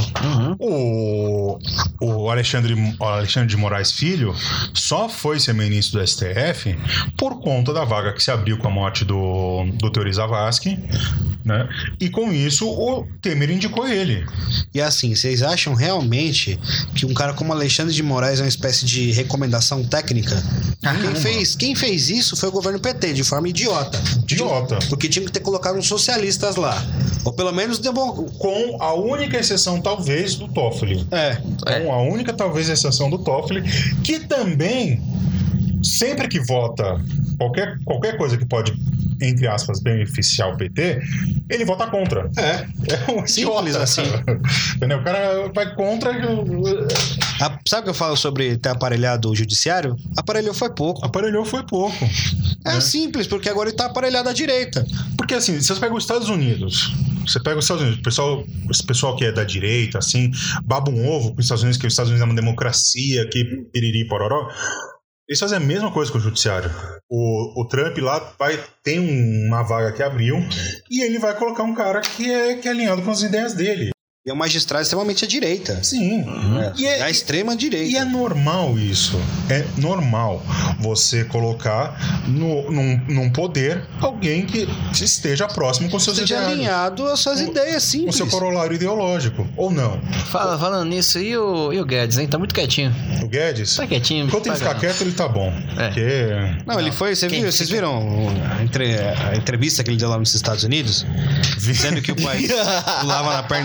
O Alexandre de Moraes Filho só foi ser ministro do STF por conta da vaga que se abriu com a morte do Teori Zavascki, né? E com isso o Temer indicou ele. E assim, vocês acham realmente que um cara como Alexandre de Moraes é uma espécie de recomendação técnica? Quem fez isso foi o governo PT, de forma idiota. Porque tinha que ter colocado uns socialistas lá. Ou pelo menos com a única exceção, talvez, do Toffoli. Com a única, talvez, exceção do Toffoli, que também, sempre que vota qualquer coisa que pode, entre aspas, beneficiar o PT, ele vota contra. É um simples idiota. Assim. Entendeu? O cara vai contra. Sabe o que eu falo sobre ter aparelhado o judiciário? Aparelhou foi pouco. É simples, porque agora ele tá aparelhado à direita. Porque assim, você pega os Estados Unidos, esse pessoal que é da direita, assim, baba um ovo com os Estados Unidos, que os Estados Unidos é uma democracia, que piriri pororó. Eles fazem a mesma coisa com o judiciário. O Trump lá tem uma vaga que abriu e ele vai colocar um cara que é alinhado com as ideias dele. E é um magistrado extremamente à direita. Sim. É a extrema direita. E é normal isso. É normal você colocar num poder alguém que esteja próximo com seus ideais. Esteja alinhado às suas ideias, simples. Com seu corolário ideológico. Ou não. Falando nisso, e o Guedes, hein? Tá muito quietinho. O Guedes? Tá quietinho. Enquanto ele ficar quieto, ele tá bom. Porque... Não, ele foi... Vocês viram a entrevista que ele deu lá nos Estados Unidos? Dizendo que o país pulava na perna esquerda,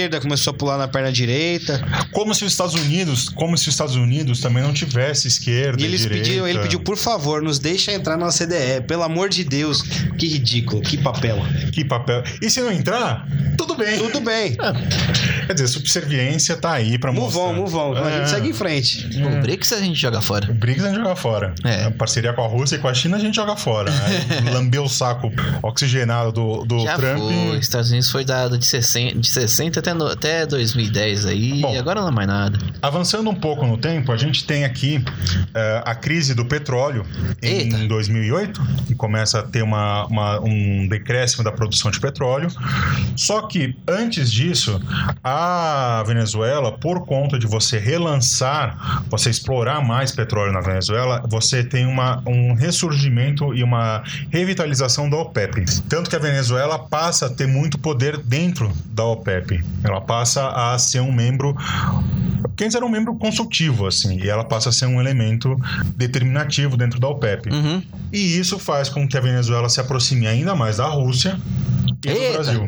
esquerda, começou a pular na perna direita. Como se os Estados Unidos também não tivesse esquerda E e direita. ele pediu, por favor, nos deixa entrar na OCDE. Pelo amor de Deus. Que ridículo, que papel. Que papel. E se não entrar, tudo bem. Tudo bem. Quer dizer, subserviência tá aí pra mostrar. Move on. A gente segue em frente. O BRICS a gente joga fora. O BRICS a gente joga fora. É. A parceria com a Rússia e com a China a gente joga fora. Aí, lambeu o saco oxigenado do Já Trump. foi. Os Estados Unidos foi dado de 60 até 2010 aí. Bom, e agora não é mais nada. Avançando um pouco no tempo, a gente tem aqui a crise do petróleo em 2008, que começa a ter um decréscimo da produção de petróleo. Só que, antes disso, a Venezuela, por conta de você relançar, você explorar mais petróleo na Venezuela, você tem um ressurgimento e uma revitalização da OPEP. Tanto que a Venezuela passa a ter muito poder dentro da OPEP. Ela passa a ser um membro... Porque antes era um membro consultivo, assim, e ela passa a ser um elemento determinativo dentro da OPEP. Uhum. E isso faz com que a Venezuela se aproxime ainda mais da Rússia e do Brasil.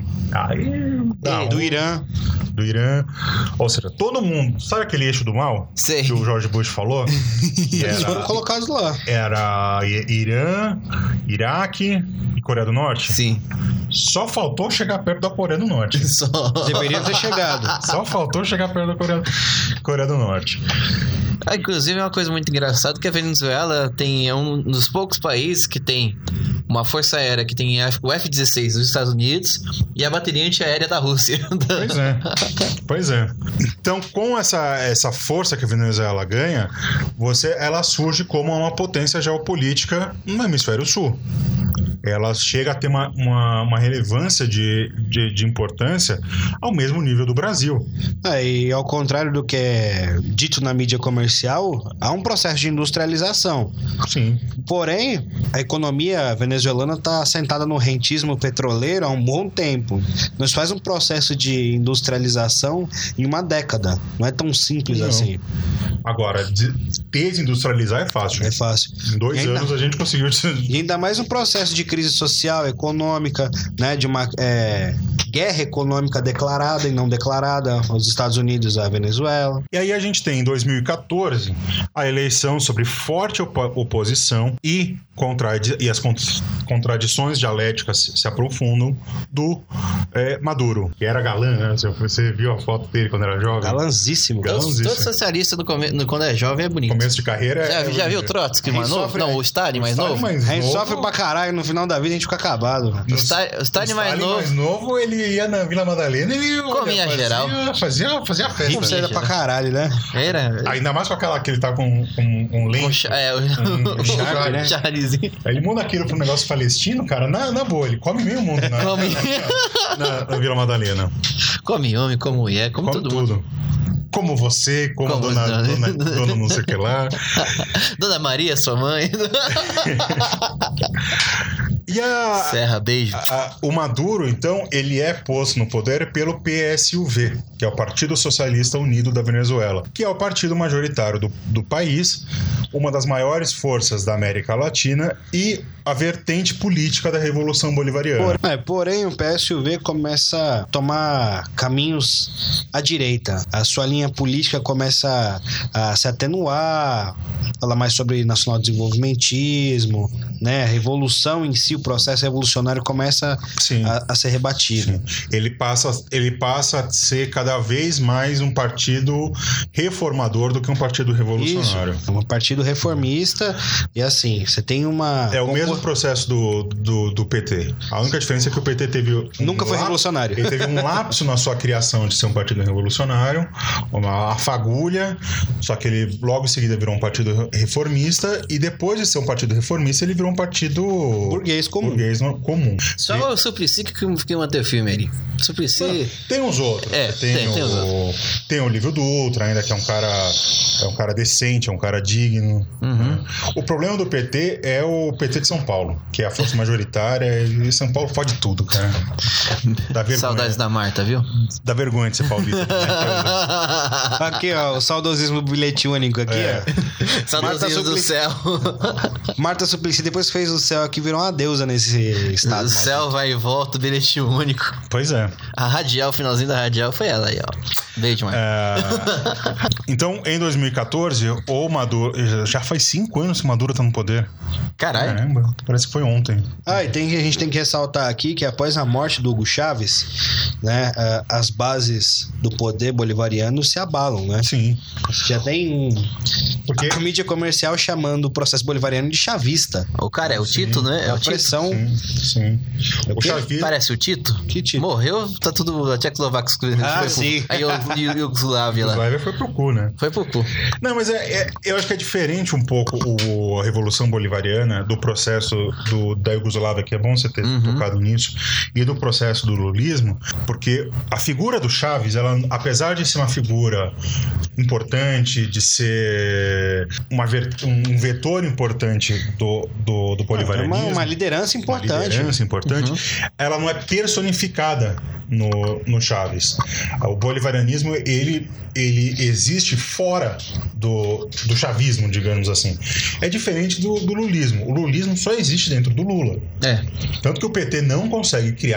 Do Irã. Do Irã. Ou seja, todo mundo... Sabe aquele eixo do mal? Sei. Que o George Bush falou? Eles foram colocados lá. Era Irã, Iraque e Coreia do Norte? Sim. Só faltou chegar perto da Coreia do Norte. Deveria ter chegado. Só faltou chegar perto da Coreia do Norte. Inclusive, é uma coisa muito engraçada que a Venezuela é um dos poucos países que tem uma força aérea que tem o F-16 dos Estados Unidos e a bateria antiaérea da Rússia. Pois é. Então, com essa força que a Venezuela ganha, ela surge como uma potência geopolítica no hemisfério sul. Ela chega a ter uma relevância de importância ao mesmo nível do Brasil. E ao contrário do que é dito na mídia comercial, há um processo de industrialização. Sim. Porém, a economia venezuelana está assentada no rentismo petroleiro há um bom tempo. Nós faz um processo de industrialização em uma década. Não é tão simples assim. Agora, desindustrializar é fácil. É fácil. Em 2 anos a gente conseguiu... E ainda mais um processo de crise social, econômica, né, de uma guerra econômica declarada e não declarada, os Estados Unidos à Venezuela. E aí a gente tem, em 2014, a eleição sobre forte oposição e as contradições dialéticas se aprofundam do Maduro, que era galã, né? Você viu a foto dele quando era jovem? Galanzíssimo. Todo socialista quando é jovem é bonito. Começo de carreira Já viu o Trotsky mais novo? Não, o Stalin mais novo? A gente sofre pra caralho, no final da vida a gente fica acabado. O Stalin mais novo, ele ia na Vila Madalena e comia geral. Fazia festa. Comia pra caralho, né? Era. Ainda mais com aquela que ele tá com um lente. O Sharp, né? Charliezinho. Aí ele muda aquilo pro negócio palestino, cara, na boa, ele come meio mundo na Vila Madalena. Come homem, come mulher, come todo tudo. mundo. Como você, como dona não sei o que lá. Dona Maria, sua mãe. E Serra, beijo. O Maduro, então, ele é posto no poder pelo PSUV, que é o Partido Socialista Unido da Venezuela, que é o partido majoritário do país, uma das maiores forças da América Latina e a vertente política da Revolução Bolivariana. Porém, o PSUV começa a tomar caminhos à direita. A sua linha política começa a se atenuar, falar mais sobre nacional-desenvolvimentismo, né? A revolução em si, o processo revolucionário começa a ser rebatido. Sim. Ele passa a ser cada vez mais um partido reformador do que um partido revolucionário. Isso, é um partido reformista e assim, você tem uma... É o mesmo processo do PT. A única diferença é que o PT teve... Nunca foi revolucionário. Ele teve um lapso na sua criação de ser um partido revolucionário, uma fagulha, só que ele logo em seguida virou um partido reformista e depois de ser um partido reformista, ele virou um partido... burguês comum. Só o Suplicy que manteve firme ali. Suplicy... Tem uns outros. Tem o Lívio Dutra, ainda que é um cara decente, é um cara digno. Uhum. O problema do PT é o PT de São Paulo, que é a força majoritária, e São Paulo fode tudo, cara. Dá vergonha. Saudades da Marta, viu? Dá vergonha de ser paulista. Aqui, ó, o saudosismo do bilhete único aqui, ó. Saudosismo do céu. Marta Suplicy depois fez o céu aqui, virou uma deusa cruza nesse estado. O céu vai e volta, bilhete único. Pois é. A Radial, o finalzinho da Radial foi ela aí, ó. Veio demais. Então, em 2014, o Maduro... Já faz 5 anos que o Maduro tá no poder. Caralho. Caramba, parece que foi ontem. E a gente tem que ressaltar aqui que após a morte do Hugo Chávez, né, as bases do poder bolivariano se abalam, né? Sim. Já tem Porque a mídia comercial chamando o processo bolivariano de chavista. O cara é o Tito, né? É o Tito. Pressão. Sim. O Chavista... Parece o Tito? Que Tito? Morreu, tá tudo... A Tchecoslováquia sim. Aí o Iugoslávia lá. Slávia foi pro cu, né? Foi pro cu. Não, mas eu acho que é diferente um pouco a Revolução Bolivariana do processo da Iugoslávia, que é bom você ter tocado nisso, e do processo do lulismo, porque a figura do Chávez, ela, apesar de ser uma figura importante, de ser um vetor importante do bolivarianismo, Uma liderança importante. Ela não é personificada no Chávez. O bolivarianismo, ele existe fora do chavismo, digamos assim. É diferente do lulismo. O lulismo só existe dentro do Lula. Tanto que o PT não consegue criar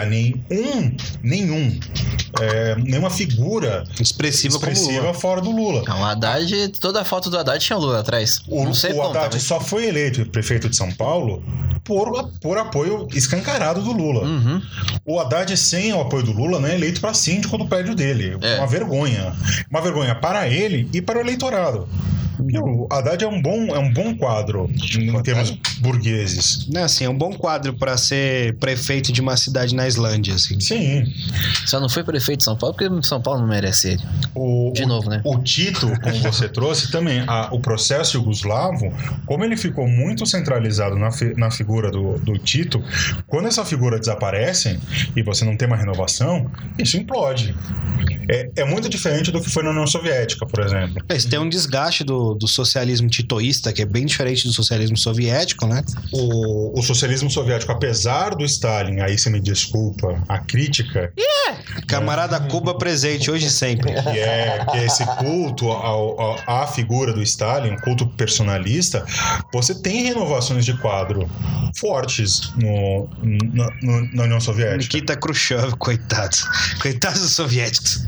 nenhuma figura expressiva fora do Lula. Não, o Haddad, toda a foto do Haddad tinha o Lula atrás. O Haddad só foi eleito prefeito de São Paulo por apoio escancarado do Lula. O Haddad, sem o apoio do Lula, não é eleito para síndico do prédio dele. É uma vergonha. Uma vergonha para ele e para o eleitorado. O Haddad é um bom quadro em termos burgueses. Não, assim, é um bom quadro para ser prefeito de uma cidade na Islândia, assim. Sim. Só não foi prefeito de São Paulo porque São Paulo não merece ele. De novo, né? O Tito, como você trouxe também, o processo iugoslavo, como ele ficou muito centralizado na figura do Tito, quando essa figura desaparece e você não tem uma renovação, isso implode. É muito diferente do que foi na União Soviética, por exemplo. Você tem um desgaste do socialismo titoísta, que é bem diferente do socialismo soviético, né? O socialismo soviético, apesar do Stalin, aí você me desculpa, a crítica... Camarada Cuba presente, hoje e sempre. Que é esse culto à figura do Stalin, um culto personalista. Você tem renovações de quadro fortes na União Soviética. Nikita Khrushchev, coitados dos soviéticos.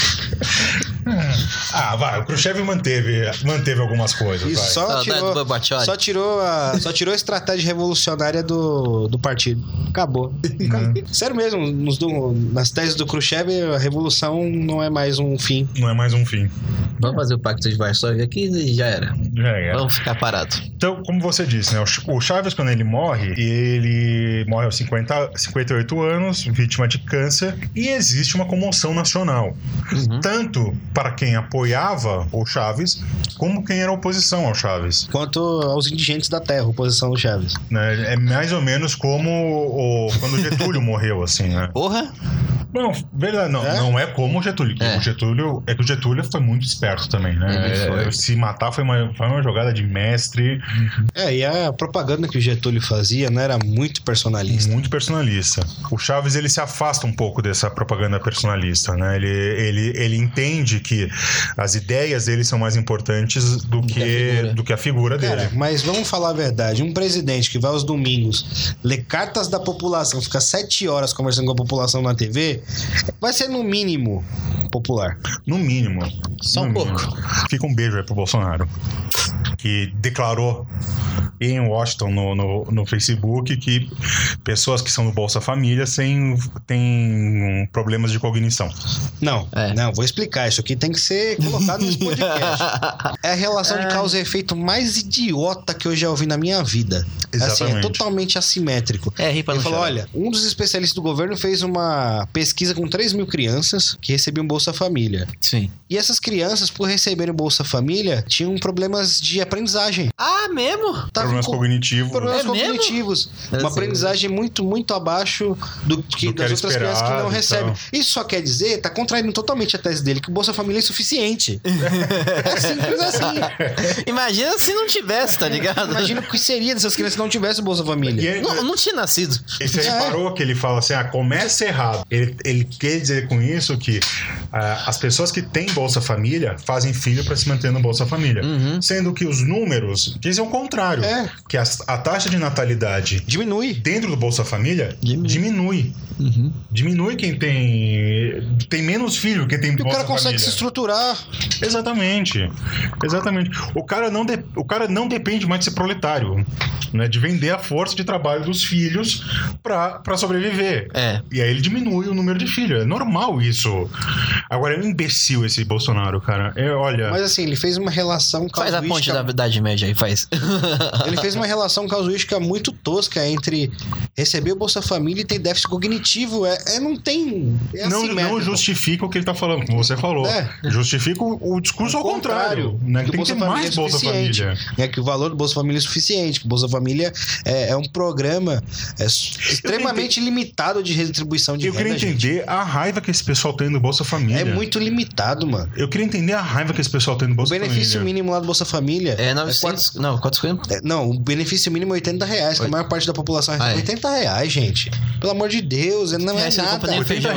O Khrushchev manteve algumas coisas. Isso só tirou a estratégia revolucionária do partido. Acabou. Sério mesmo, nas teses do Khrushchev, a revolução não é mais um fim. Não é mais um fim. Vamos fazer o Pacto de Varsóvia aqui e já era. Vamos ficar parados. Então, como você disse, né? O Chávez, quando ele morre aos 58 anos, vítima de câncer, e existe uma comoção nacional. Tanto para quem apoiava o Chávez, como quem era oposição ao Chávez. Quanto aos indigentes da terra, oposição ao Chávez. É mais ou menos como quando o Getúlio morreu, assim, né? Porra! Não, verdade, não é como o Getúlio. O Getúlio foi muito esperto também, né? Se matar foi uma jogada de mestre. E a propaganda que o Getúlio fazia, né, era muito personalista. Muito personalista. O Chávez, ele se afasta um pouco dessa propaganda personalista, né? Ele entende que as ideias dele são mais importantes do que a figura dele. Cara, mas vamos falar a verdade. Um presidente que vai aos domingos ler cartas da população, fica 7 horas conversando com a população na TV, vai ser no mínimo popular. No mínimo. Só um pouco. Fica um beijo aí pro Bolsonaro, que declarou em Washington no Facebook que pessoas que são do Bolsa Família têm problemas de cognição. Não, vou explicar. Isso aqui tem que ser colocado nesse podcast. É a relação de causa e efeito mais idiota que eu já ouvi na minha vida. Exatamente. Assim, é totalmente assimétrico. Ele falou, olha, um dos especialistas do governo fez uma pesquisa com 3.000 crianças que recebiam Bolsa Família. Sim. E essas crianças, por receberem Bolsa Família, tinham problemas de aprendizagem. Ah, mesmo? Problemas cognitivos. Cognitivos. Uma aprendizagem muito, muito abaixo das outras crianças que não recebem. Isso só quer dizer, tá contraindo totalmente a tese dele, que o Bolsa Família é insuficiente. É simples assim. Imagina se não tivesse, tá ligado? Imagina o que seria dessas crianças se não tivesse o Bolsa Família. Não tinha nascido. E você reparou que ele fala assim, começa errado. Ele quer dizer com isso que as pessoas que têm Bolsa Família fazem filho para se manter no Bolsa Família. Sendo que os números dizem o contrário. Que a taxa de natalidade diminui dentro do Bolsa Família, diminui. Diminui quem tem menos filho que tem Bolsa Família. E o cara consegue se estruturar. Exatamente. O cara não depende mais de ser proletário, né? De vender a força de trabalho dos filhos pra sobreviver. E aí ele diminui o número de filhos. É normal isso. Agora é um imbecil esse Bolsonaro, cara. Olha... Mas assim, ele fez uma relação casuística... Faz a ponte da Idade Média aí, faz. Ele fez uma relação casuística muito tosca entre receber o Bolsa Família e ter déficit cognitivo. Não tem... Não justifica o que ele tá falando, como você falou. Justifica o discurso ao contrário. Né? Que tem que ter mais Bolsa Família. Que o valor do Bolsa Família é suficiente. Que o Bolsa Família é um programa extremamente limitado de redistribuição de renda. Eu queria entender a raiva que esse pessoal tem no Bolsa Família. É muito limitado, mano. Eu queria entender a raiva que esse pessoal tem no Bolsa Família. O benefício mínimo lá do Bolsa Família... É 900... Não, quantos foi? Não, o benefício mínimo é R$80. Que a maior parte da população recebe R$80, gente. Pelo amor de Deus, não é nada.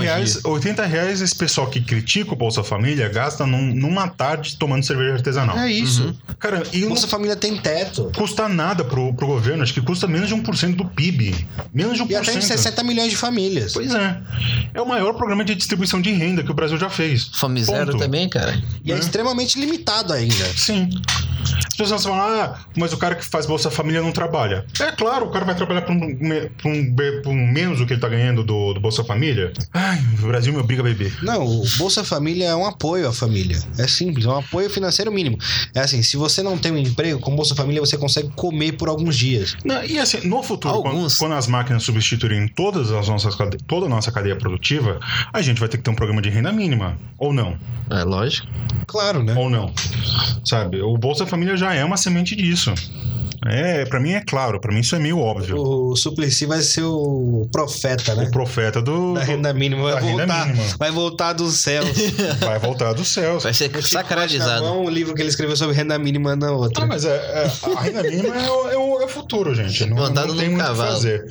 R$80 esse pessoal que critica o Bolsa Família gasta numa tarde tomando cerveja artesanal. É isso. Cara, e o Bolsa Família tem teto. Custa nada pro governo. Acho que custa menos de 1% do PIB. Menos de 1%. E atende 60 milhões de famílias. Pois é. É o maior programa de distribuição de renda que o Brasil já fez. Fome zero também, cara. E é extremamente limitado ainda. Sim. As pessoas falam, mas o cara que faz Bolsa Família não trabalha. É claro, o cara vai trabalhar por um menos do que ele tá ganhando do Bolsa Família. Ai, o Brasil me obriga a beber. Não, o Bolsa Família é um apoio à família. É simples, é um apoio financeiro mínimo. É assim, se você não tem um emprego, com Bolsa Família você consegue comer por alguns dias. Não, e assim, no futuro, quando as máquinas substituírem toda a nossa cadeia produtiva, a gente vai ter que ter um programa de renda mínima. Ou não? É lógico. Claro, né? Ou não. Sabe, o Bolsa Família já é uma semente disso. Pra mim é claro, pra mim isso é meio óbvio. O Suplicy vai ser o profeta, né? O profeta da renda mínima. Vai voltar dos céus. Vai voltar dos céus. Vai ser sacralizado. Um livro que ele escreveu sobre renda mínima na outra. Mas a renda mínima é o futuro, gente. Não tem muito o que fazer.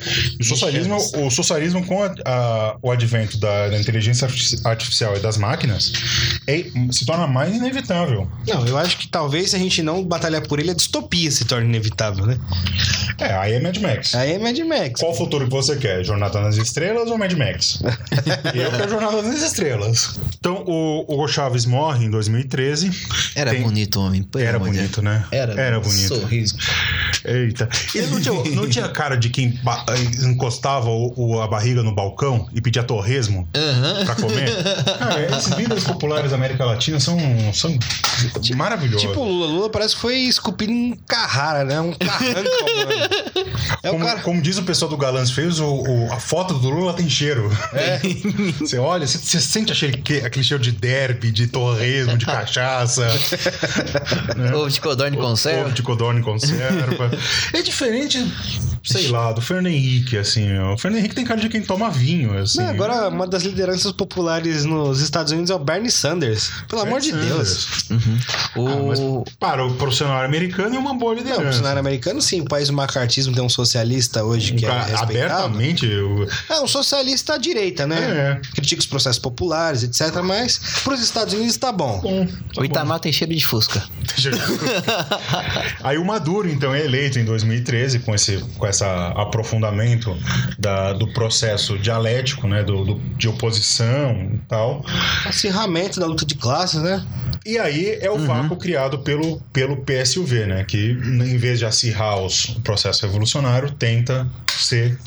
O socialismo com o advento da inteligência artificial e das máquinas se torna mais inevitável. Não, eu acho que talvez se a gente não batalhar por ele, a distopia se torne inevitável. Né? Aí é Mad Max. Qual futuro que você quer? Jornada nas Estrelas ou Mad Max? Eu quero Jornada nas Estrelas. Então, o Hugo Chávez morre em 2013. Era bonito o homem. Era bonito, né? Era bonito. Sorriso. Eita. Ele não tinha cara de quem encostava a barriga no balcão e pedia torresmo pra comer? Cara, esses líderes populares da América Latina são maravilhosos. Tipo o Lula parece que foi esculpido em Carrara, né? Um carranco, mano. Como diz o pessoal do Galãs Feios, a foto do Lula tem cheiro. Você olha, você sente aquele cheiro de derby, de torresmo, de cachaça. Né? Ovo de codorna em conserva. Ovo de codorna em conserva. É diferente, sei lá, do Fernando Henrique, assim. O Fernando Henrique tem cara de quem toma vinho, assim. Não, agora, uma das lideranças populares nos Estados Unidos é o Bernie Sanders. Pelo amor de Deus. Mas para o profissional americano é uma boa liderança. Não, o cenário americano, sim. O país do macartismo tem um socialista hoje que é respeitado. Abertamente... É um socialista à direita, né? Critica os processos populares, etc. Mas pros Estados Unidos tá bom. O Itamar tem cheiro de Fusca. Aí o Maduro, então, é eleito em 2013 com esse aprofundamento do processo dialético, né? De oposição e tal. Acirramento da luta de classes, né? E aí é o vácuo criado pelo PSUV, né? Que em vez de acirrar o processo revolucionário, tenta ser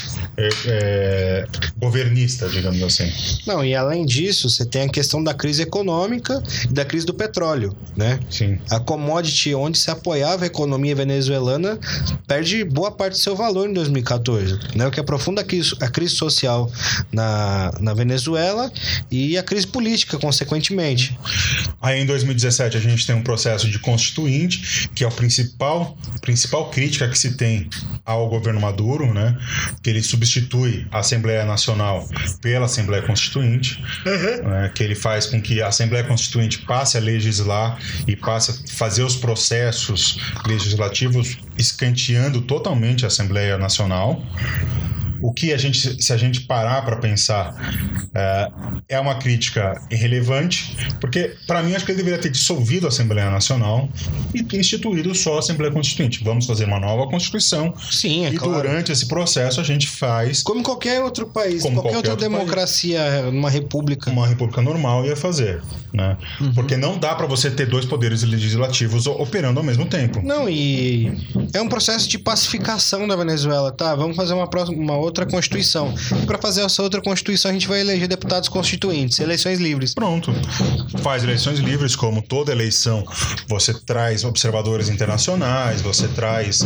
governista, digamos assim. Não, e além disso, você tem a questão da crise econômica e da crise do petróleo, né? Sim. A commodity onde se apoiava a economia venezuelana perde boa parte do seu valor em 2014, né? O que aprofunda a crise social na Venezuela e a crise política, consequentemente. Aí em 2017 a gente tem um processo de constituinte, que é a principal crítica que se tem ao governo Maduro, né? Que ele substitui a Assembleia Nacional pela Assembleia Constituinte, né? Que ele faz com que a Assembleia Constituinte passe a legislar e passe a fazer os processos legislativos escanteando totalmente a Assembleia Nacional. o que se a gente parar para pensar, é uma crítica irrelevante, porque para mim acho que ele deveria ter dissolvido a Assembleia Nacional e instituído só a Assembleia Constituinte. Vamos fazer uma nova Constituição. Sim, e claro. Durante esse processo a gente faz como qualquer outro país, como qualquer outra outro democracia, uma república. Uma república normal ia fazer, né? Porque não dá para você ter dois poderes legislativos operando ao mesmo tempo. Não, e é um processo de pacificação da Venezuela, tá? Vamos fazer uma outra Constituição. E para fazer essa outra Constituição a gente vai eleger deputados constituintes, eleições livres. Pronto. Faz eleições livres, como toda eleição. Você traz observadores internacionais, você traz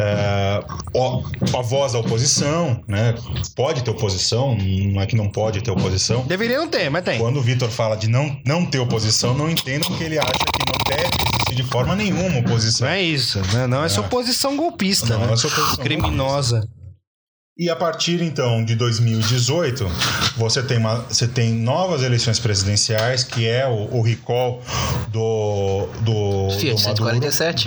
a voz da oposição, né? Pode ter oposição, não é que não pode ter oposição. Deveria não ter, mas tem. Quando o Vitor fala de não ter oposição, não entendam que ele acha que não deve existir de forma nenhuma oposição. Não é isso, né? Não é essa oposição golpista, Não, né? essa oposição criminosa. E a partir, então, de 2018, você tem novas eleições presidenciais, que é o recall do Fiat 147.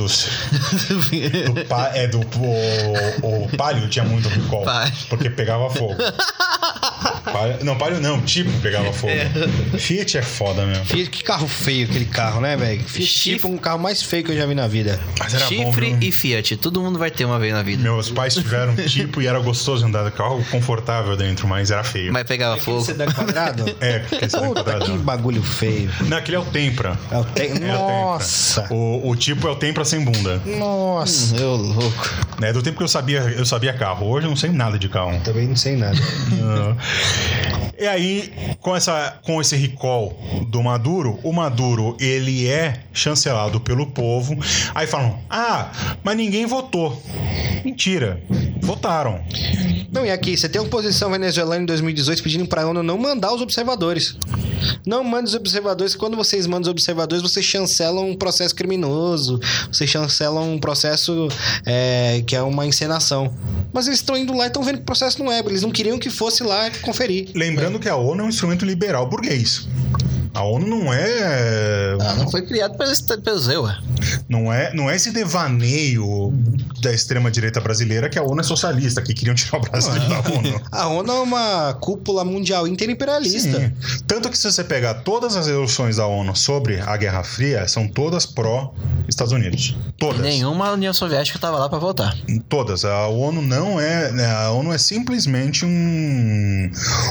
O Palio tinha muito recall, porque pegava fogo. Palio não, tipo pegava fogo. Fiat é foda mesmo. Fiat, que carro feio aquele carro, né, velho? Fiat tipo um carro mais feio que eu já vi na vida. Mas era Chifre bom, e Fiat, todo mundo vai ter uma vez na vida. Meus pais tiveram tipo e era gostoso andar de carro confortável dentro, mas era feio. Mas pegava fogo. Sedã quadrado? Porque sedã Puta, quadrado. que bagulho feio. Não, aquele é o Tempra. Nossa. O tipo é o Tempra sem bunda. Nossa. Eu louco. É do tempo que eu sabia carro. Hoje eu não sei nada de carro. Também não sei nada. E aí, com esse recall do Maduro, o Maduro, ele é chancelado pelo povo. Aí falam, mas ninguém votou. Mentira. Votaram. Não, e aqui, você tem a oposição venezuelana em 2018 pedindo pra ONU não mandar os observadores. Não mande os observadores, quando vocês mandam os observadores, vocês chancelam um processo criminoso, vocês chancelam um processo que é uma encenação. Mas eles estão indo lá e estão vendo que o processo não é, eles não queriam que fosse lá conferir. Lembrando que a ONU é um instrumento liberal burguês. A ONU não é... não foi criado pelo Zeu. Não é esse devaneio da extrema-direita brasileira que a ONU é socialista, que queriam tirar o Brasil da ONU. A ONU é uma cúpula mundial interimperialista. Sim. Tanto que se você pegar todas as resoluções da ONU sobre a Guerra Fria, são todas pró-Estados Unidos. Todas. Nenhuma União Soviética estava lá para votar. Todas. A ONU não é... A ONU é simplesmente um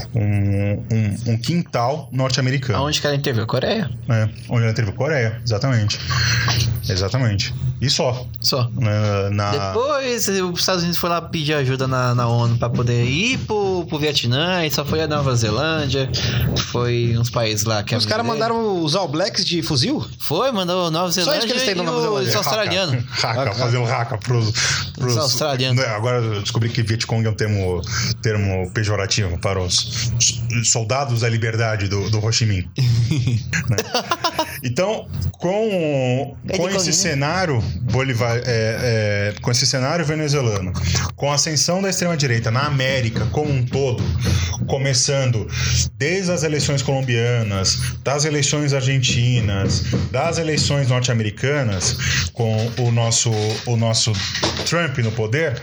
quintal norte-americano. Aonde que ela interviu? Coreia? Onde ela interviu? Coreia, exatamente. E só. Depois os Estados Unidos foi lá pedir ajuda na ONU para poder ir pro Vietnã, e só foi a Nova Zelândia, foi uns países lá que... Os caras mandaram os All Blacks de fuzil? Mandou Nova Zelândia. Só isso que eles têm na Nova Zelândia. Os australianos. Fazer um haka pros australianos. Agora eu descobri que Vietcong é um termo pejorativo para os soldados da liberdade do Ho Chi Minh. Né? Então, com esse cenário com esse cenário venezuelano, com a ascensão da extrema-direita na América como um todo, começando desde as eleições colombianas, das eleições argentinas, das eleições norte-americanas, com o nosso Trump no poder,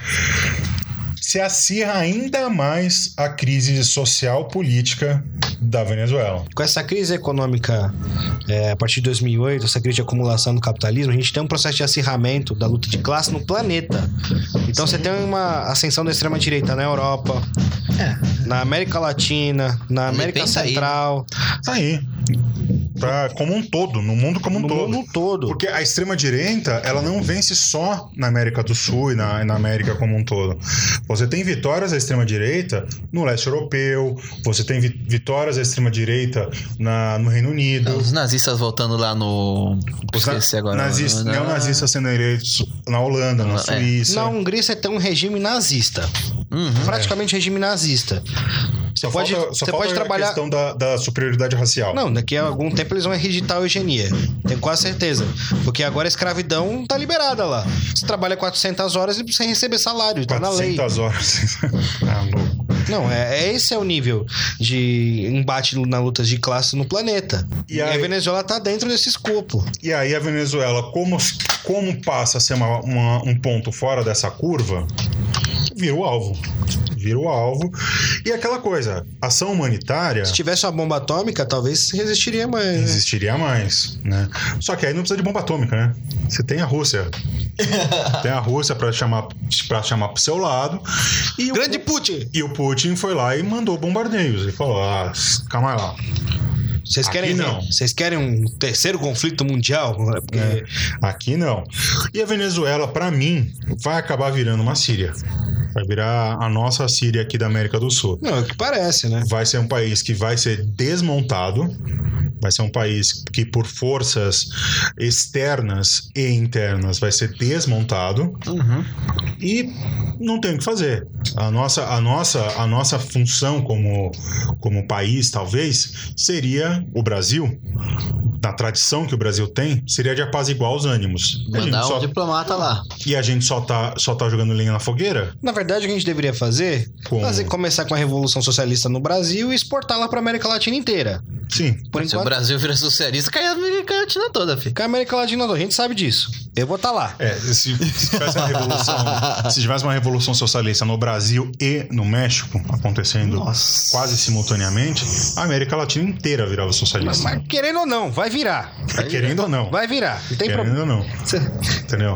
se acirra ainda mais a crise social política da Venezuela. Com essa crise econômica a partir de 2008, essa crise de acumulação do capitalismo, a gente tem um processo de acirramento da luta de classe no planeta. Então você tem uma ascensão da extrema-direita na Europa, na América Latina, na América Central. Tá aí. Como um todo, no mundo como um todo. No mundo todo. Porque a extrema-direita, ela não vence só na América do Sul e na América como um todo. Você tem vitórias da extrema-direita no leste europeu, você tem vitórias da extrema-direita no Reino Unido. Os nazistas voltando lá no... Esqueci agora. Neonazistas sendo eleitos na Holanda, na Suíça. Na Hungria você tem um regime nazista. Praticamente regime nazista. Você pode trabalhar... a questão da superioridade racial. Não, daqui a algum tempo eles vão reeditar a eugenia. Tenho quase certeza. Porque agora a escravidão tá liberada lá. Você trabalha 400 horas e sem receber salário. Tá na lei. 400 horas. Louco. Não, esse é o nível de embate na luta de classe no planeta. E a Venezuela tá dentro desse escopo. E aí a Venezuela, como passa a ser um ponto fora dessa curva, vira o alvo. E aquela coisa, ação humanitária... Se tivesse uma bomba atômica, talvez resistiria mais. Né? Existiria mais, né? Só que aí não precisa de bomba atômica, né? Você tem a Rússia. Tem a Rússia pra chamar pro seu lado. E Grande Putin! E o Putin foi lá e mandou bombardeios. Ele falou, calma lá. Vocês querem um terceiro conflito mundial? Porque... Aqui não. E a Venezuela, pra mim, vai acabar virando uma Síria. Vai virar a nossa Síria aqui da América do Sul. Não, é o que parece, né? Vai ser um país que vai ser desmontado. Vai ser um país que, por forças externas e internas, vai ser desmontado. E não tem o que fazer. A nossa função como país, talvez, seria o Brasil. Na tradição que o Brasil tem, seria de apaziguar os ânimos. Mandar um diplomata lá. E a gente só tá jogando lenha na fogueira? Na verdade, o que a gente deveria fazer? Começar com a Revolução Socialista no Brasil e exportá-la pra América Latina inteira. Sim. Se o Brasil vira socialista, cai a América Latina toda, filho. Cai a América Latina toda, a gente sabe disso. Eu vou estar lá. Se tivesse uma revolução socialista no Brasil e no México, acontecendo quase simultaneamente, a América Latina inteira virava socialista. Mas querendo ou não, vai virar. Querendo ou não. Vai virar. Não tem problema. Querendo ou não. Entendeu?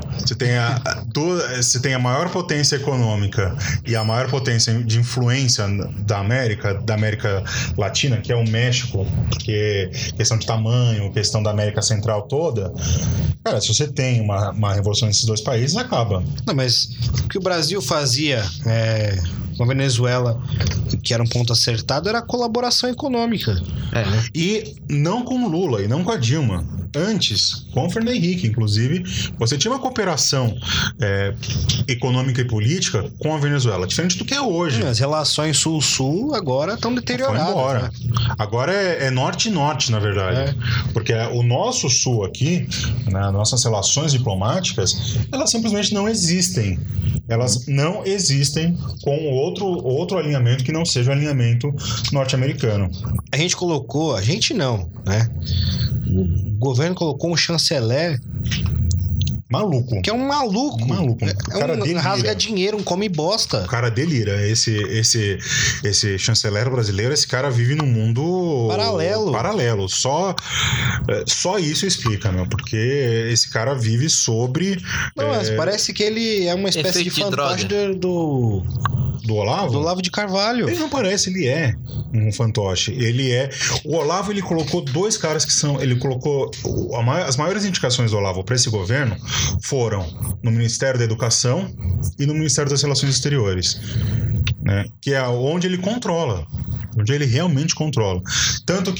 Você tem a maior potência econômica e a maior potência de influência da América Latina, que é o México, porque questão de tamanho, questão da América Central toda. Cara, se você tem uma revolução nesses dois países, acaba. Não, mas o que o Brasil fazia com a Venezuela, que era um ponto acertado, era a colaboração econômica. Né? E não com o Lula, e não com a Dilma. Antes, com o Fernando Henrique, inclusive, você tinha uma cooperação econômica e política com a Venezuela, diferente do que é hoje. As relações sul-sul agora estão deterioradas. Foi embora. Né? Agora é norte e norte, na verdade. Porque o nosso sul aqui, né, nossas relações diplomáticas, elas simplesmente não existem. Elas não existem com outro alinhamento que não seja o alinhamento norte-americano. A gente não, né? O governo colocou um chanceler maluco. Que é um maluco. O cara delira. Rasga dinheiro, um come bosta. O cara delira. Esse chanceler brasileiro, esse cara vive num mundo paralelo. Só isso explica, meu. Porque esse cara vive sobre... Não, mas parece que ele é uma espécie de fantoche do Olavo? Do Olavo de Carvalho. Ele não parece, ele é um fantoche. O Olavo, ele colocou dois caras que são... Ele colocou... As maiores indicações do Olavo para esse governo foram no Ministério da Educação e no Ministério das Relações Exteriores, né? Que é onde ele controla, onde ele realmente controla. Tanto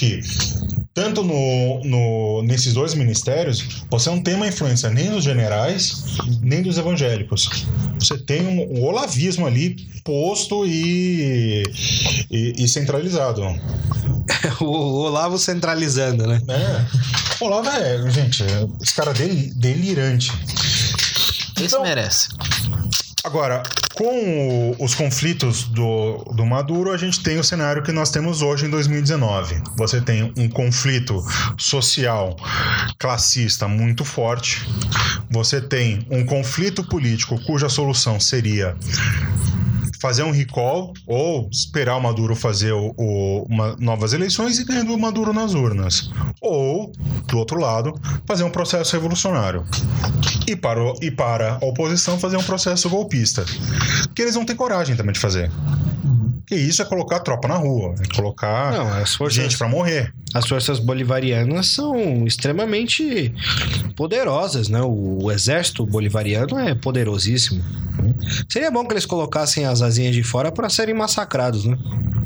nesses dois ministérios, você não tem uma influência nem dos generais, nem dos evangélicos. Você tem um olavismo ali posto e centralizado. O Olavo centralizando, né? O Olavo gente, esse cara delirante. Isso merece. Agora, com os conflitos do Maduro, a gente tem o cenário que nós temos hoje em 2019. Você tem um conflito social classista muito forte. Você tem um conflito político cuja solução seria fazer um recall ou esperar o Maduro fazer novas eleições e ganhando o Maduro nas urnas. Ou, do outro lado, fazer um processo revolucionário. E para a oposição fazer um processo golpista. Que eles não têm coragem também de fazer. Porque isso é colocar a tropa na rua, é colocar gente para morrer. As forças bolivarianas são extremamente poderosas, né? O exército bolivariano é poderosíssimo. Seria bom que eles colocassem as asinhas de fora para serem massacrados, né?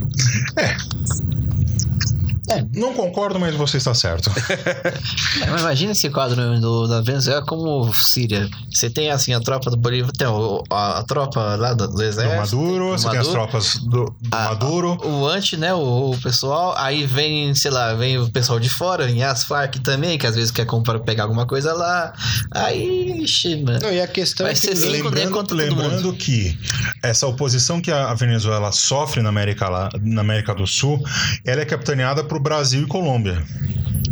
Não concordo, mas você está certo. Mas imagina esse quadro da Venezuela como Síria. Você tem assim a tropa do Bolívar, tem a tropa lá do exército. Do Maduro, você tem as tropas do Maduro. O anti, né? O pessoal. Aí vem, sei lá, vem o pessoal de fora, em as Farc também, que às vezes quer pegar alguma coisa lá. Aí, ixi, mano. Não, e a questão vai ser 5 contra todo mundo. Lembrando que essa oposição que a Venezuela sofre na América do Sul, ela é capitaneada por Brasil e Colômbia.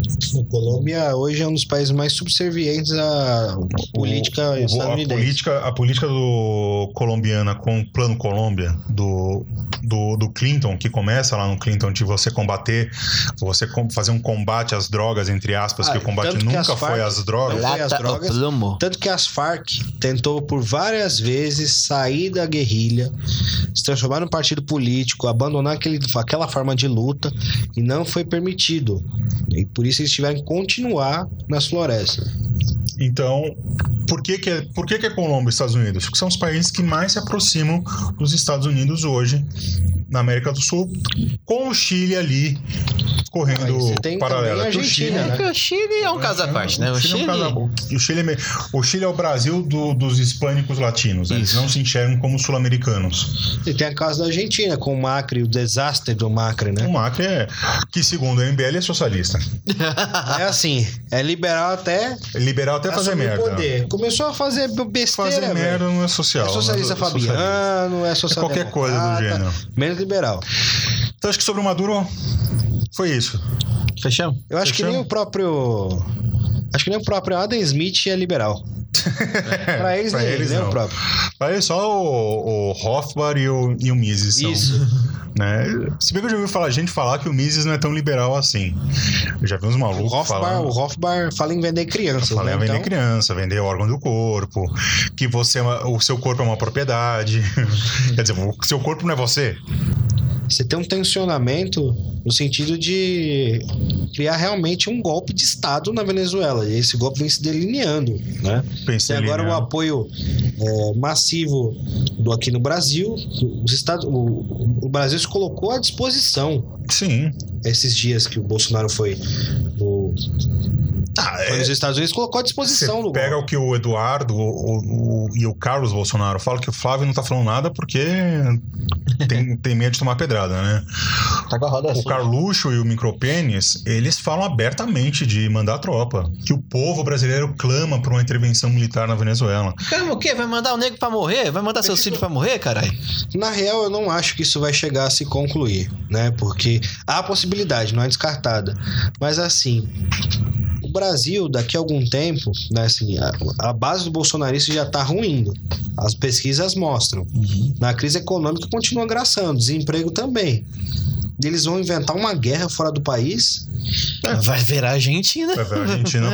A Colômbia hoje é um dos países mais subservientes à política estadunidense. A política do colombiana com o Plano Colômbia, do Clinton, que começa lá no Clinton, de você fazer um combate às drogas, entre aspas, que o combate nunca foi às drogas. Tanto que as Farc tentou por várias vezes sair da guerrilha, se transformar num partido político, abandonar aquela forma de luta, e não foi permitido. E por isso eles tiveram que continuar nas florestas. Então, por que é Colômbia e Estados Unidos? Porque são os países que mais se aproximam dos Estados Unidos hoje, na América do Sul, com o Chile ali correndo paralelo. A Argentina, né? O Chile é um caso à parte, né? O Chile é o Brasil dos hispânicos latinos. Eles não se enxergam como sul-americanos. E tem a casa da Argentina, com o Macri, o desastre do Macri, né? O Macri que segundo o MBL é socialista. É assim, é liberal até fazer merda. Poder. Começou a fazer besteira, fazer merda não é social. É socialista Fabiano, é social qualquer coisa do gênero. Menos liberal. Então acho que sobre o Maduro foi isso. Fechamos? Eu acho que nem o próprio Adam Smith é liberal. Pra eles nem o próprio. Pra eles só o Hofbar e o Mises são. Isso. Né? Se bem que eu já ouvi gente falar que o Mises não é tão liberal assim. Eu já vi uns malucos falando. O Hofbar fala em vender crianças. Fala em vender criança, vender órgão do corpo, que o seu corpo é uma propriedade. Quer dizer, o seu corpo não é você. Você tem um tensionamento no sentido de criar realmente um golpe de Estado na Venezuela. E esse golpe vem se delineando, né? Tem agora o apoio massivo aqui no Brasil. O Brasil se colocou à disposição. Sim. Esses dias que o Bolsonaro foi nos Estados Unidos, colocou à disposição. Você pega o que o Eduardo e o Carlos Bolsonaro falam, que o Flávio não tá falando nada porque tem medo de tomar pedrada, né? Tá com a roda o Carluxo e o Micropênis, eles falam abertamente de mandar tropa, que o povo brasileiro clama por uma intervenção militar na Venezuela. Caramba, o quê? Vai mandar o negro pra morrer? Vai mandar seus filhos pra morrer, caralho? Na real, eu não acho que isso vai chegar a se concluir, né? Porque há possibilidade, não é descartada. Mas assim, o Brasil, daqui a algum tempo, né, assim, a base do bolsonarismo já está ruindo. As pesquisas mostram. Na crise econômica continua graçando, desemprego também. Eles vão inventar uma guerra fora do país. Vai virar a Argentina. Vai virar a Argentina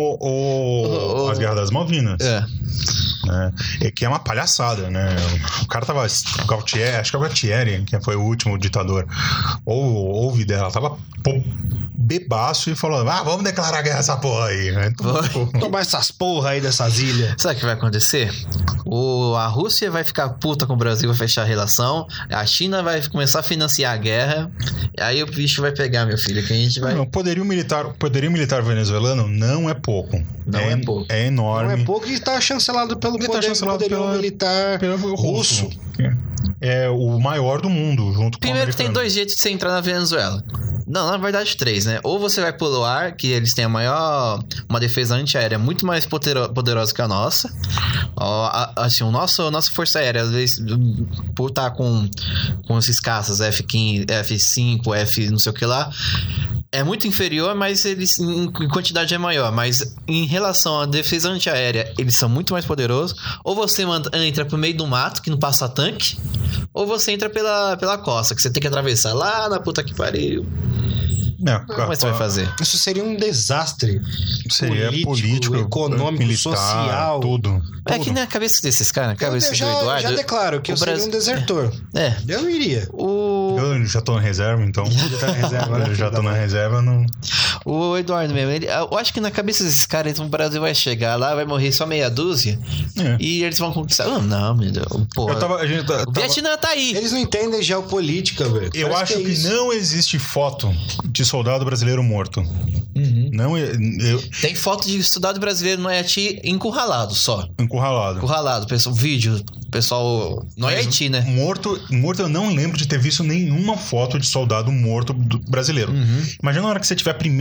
com as Guerras das Malvinas. Que é uma palhaçada, né? O cara tava... acho que é o Galtieri, que foi o último ditador. Ou o Videla, tava bebaço e falando: vamos declarar guerra essa porra aí. Tomar essas porra aí dessas ilhas. Sabe o que vai acontecer? A Rússia vai ficar puta com o Brasil, vai fechar a relação. A China vai começar a financiar a guerra. E aí o bicho vai pegar, meu filho, que a gente vai... Não, poderio militar venezuelano não é pouco. Não é pouco. É enorme. Não é pouco e está chancelado pelo poderio militar russo. É o maior do mundo, junto com o Primeiro que tem 2 jeitos de você entrar na Venezuela. Não, na verdade 3, né? Ou você vai pelo ar, que eles têm uma defesa antiaérea muito mais poderosa que a nossa. Assim, nossa força aérea, às vezes, por estar com esses caças F-15, F-5, F não sei o que lá, é muito inferior, mas eles em quantidade é maior. Mas em relação à defesa antiaérea, eles são muito mais poderosos. Ou você entra pro meio do mato, que não passa tanque, ou você entra pela costa, que você tem que atravessar lá na puta que pariu. Como você vai fazer? Isso seria um desastre. Seria político, econômico, militar, social. Tudo. É que nem a cabeça desses caras, a cabeça do Eduardo. Já declaro que eu seria um desertor. Eu iria. Eu já tô na reserva, então. Eu já tô na reserva. Não... O Eduardo mesmo, eu acho que na cabeça desses caras, o Brasil vai chegar lá, vai morrer só meia dúzia e eles vão conquistar. Não, meu Deus. Porra. O Vietnã tá aí. Eles não entendem geopolítica, velho. Eu acho que não existe foto de soldado brasileiro morto. Não, Tem foto de soldado brasileiro no Haiti encurralado só. Encurralado, pessoal, vídeo. Pessoal, no Haiti, né? Morto, eu não lembro de ter visto nenhuma foto de soldado morto brasileiro. Imagina na hora que você tiver a primeira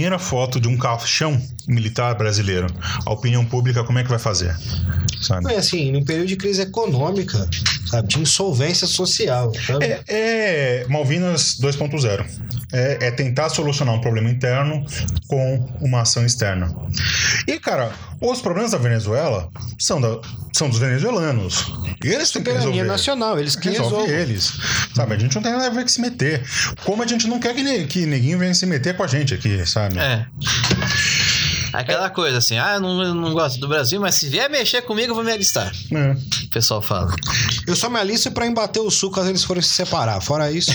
primeira foto de um caixão militar brasileiro, a opinião pública como é que vai fazer? Sabe? Não, assim, num período de crise econômica, sabe, de insolvência social, sabe? Malvinas 2.0. É tentar solucionar um problema interno com uma ação externa. E, cara, os problemas da Venezuela são dos venezuelanos. Eles têm que resolver. Soberania nacional, eles que resolvem. Eles. Sabe, a gente não tem nada a ver que se meter. Como a gente não quer que neguinho venha se meter com a gente aqui, sabe? Aquela coisa assim, eu não gosto do Brasil, mas se vier mexer comigo, eu vou me alistar. O pessoal fala. Eu só me alisto pra embater o sul caso eles forem se separar. Fora isso...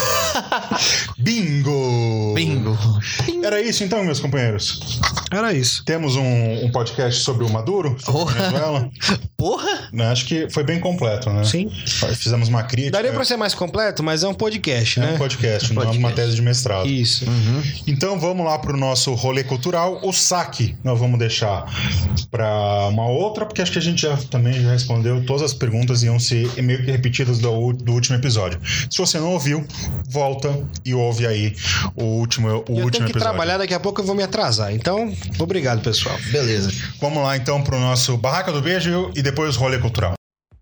Bingo! Bingo! Era isso então, meus companheiros? Era isso. Temos um podcast sobre o Maduro, sobre Venezuela. Porra! Acho que foi bem completo, né? Sim. Fizemos uma crítica. Daria pra ser mais completo, mas é um podcast, né? É um podcast, não é uma tese de mestrado. Isso. Então vamos lá pro nosso rolê cultural. O saque nós vamos deixar pra uma outra, porque acho que a gente também já respondeu todas as perguntas, iam ser meio que repetidas do último episódio. Se você não ouviu, volta e ouve aí o último tenho que episódio. trabalhar, daqui a pouco eu vou me atrasar. Então, obrigado, pessoal. Beleza. Vamos lá então pro nosso Barraca do Beijo e depois rolê cultural.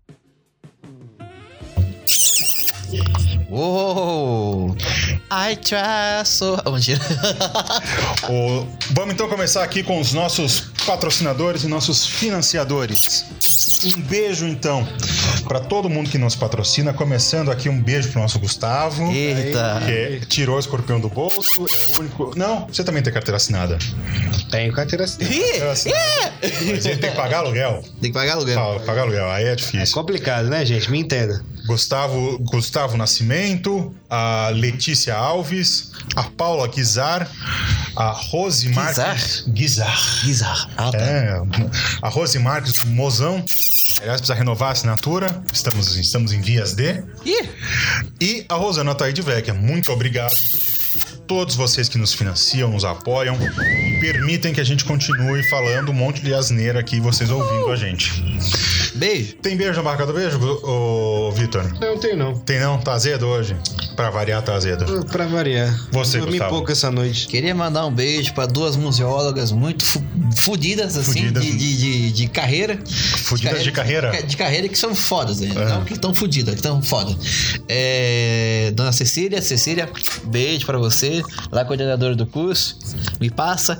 Uou! I try so... Mentira. Vamos então começar aqui com os nossos patrocinadores e nossos financiadores. Um beijo então para todo mundo que nos patrocina, começando aqui um beijo pro nosso Gustavo. Eita! Que tirou o escorpião do bolso, é o único... Não, você também tem carteira assinada. Tenho carteira assinada. Mas ele tem que pagar aluguel. Tem que pagar aluguel. Pagar aluguel, aí é É difícil. complicado, né, gente? Me entenda. Gustavo Nascimento, a Letícia Alves, a Paula Guizar, a Rose Marques. Guizar. Ah, tá. A Rose Marques do Mozão. Aliás, precisa renovar a assinatura. Estamos em vias de. E a Rosana Taide Vecchia. Muito obrigado. Todos vocês que nos financiam, nos apoiam e permitem que a gente continue falando um monte de asneira aqui, vocês ouvindo a gente. Beijo. Tem beijo na marca do beijo, Vitor? Não tenho, não. Tem não? Tá azedo hoje? Pra variar, tá azedo. Pra variar. Você, Dormi Gustavo. pouco essa noite. Queria mandar um beijo pra duas museólogas muito fudidas, assim, Fudidas. de carreira. Fudidas de carreira? De carreira que são fodas, né? Não que estão fudidas, que estão foda. Dona Cecília, beijo pra você, lá coordenadora do curso, me passa.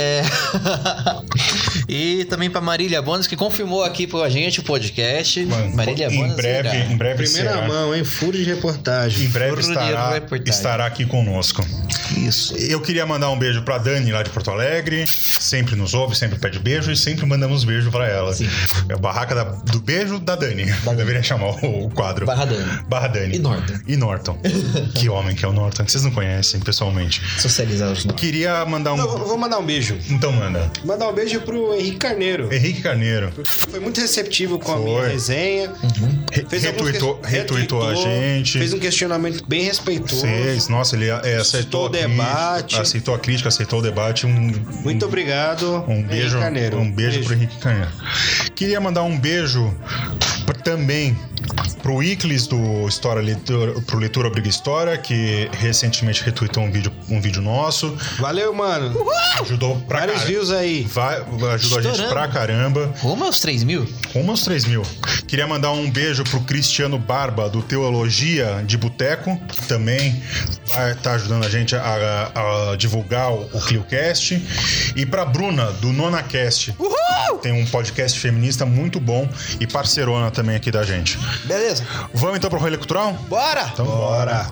E também pra Marília Bonas, que confirmou aqui pra gente o podcast. Mano, Marília em Bonas. breve Primeira será. mão, hein? Furo de reportagem. Em breve reportagem. estará aqui conosco. Isso. Eu queria mandar um beijo pra Dani lá de Porto Alegre. Sempre nos ouve, sempre pede beijo e sempre mandamos beijo pra ela. Sim. É a barraca do beijo da Dani. Eu deveria chamar o quadro. Barra Dani. E Norton. Que homem que é o Norton, que vocês não conhecem pessoalmente. Socializar os nomes. Queria mandar Eu vou mandar um beijo. Então manda. Mandar um beijo pro Henrique Carneiro. Henrique Carneiro. Foi muito receptivo com a minha resenha. Retweetou a gente. Fez um questionamento bem respeitoso. Nossa, ele aceitou o debate. Aceitou a crítica, aceitou o debate. Muito obrigado, Um beijo, Henrique Carneiro. um beijo pro Henrique Carneiro. Queria mandar um beijo também pro Iclis do pro Leitura Obriga História, que recentemente retweetou um vídeo nosso. Valeu, mano. Ajudou pra caramba. Vários views aí. Ajudou a gente pra caramba. Rumo aos 3 mil? Rumo aos 3 mil. Queria mandar um beijo pro Cristiano Barba, do Teologia de Boteco, que também vai estar ajudando a gente a divulgar o ClioCast. E pra Bruna, do NonaCast. Uhul! Tem um podcast feminista muito bom e parceirona também aqui da gente. Beleza. Vamos então pro rolê cultural? Bora! Então bora.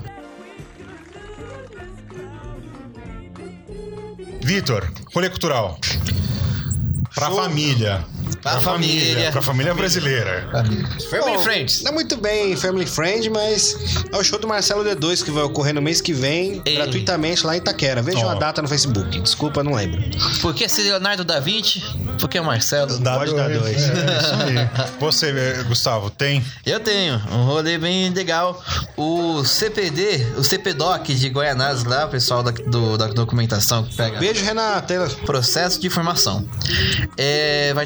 Vitor, rolê cultural. Pra família. Pra família. Pra família brasileira. Family Bom, Friends. Não muito bem Family Friend, mas é o show do Marcelo D2 que vai ocorrer no mês que vem, Ei. gratuitamente lá em Itaquera. Veja a data no Facebook. Desculpa, não lembro. Por que esse Leonardo da Vinci? Por que o Marcelo? Pode dar dois. É isso aí. Você, Gustavo, tem? Eu tenho um rolê bem legal. O CPDOC de Goianás lá, o pessoal da documentação que pega Beijo, Renata. processo de informação. Vai ter vários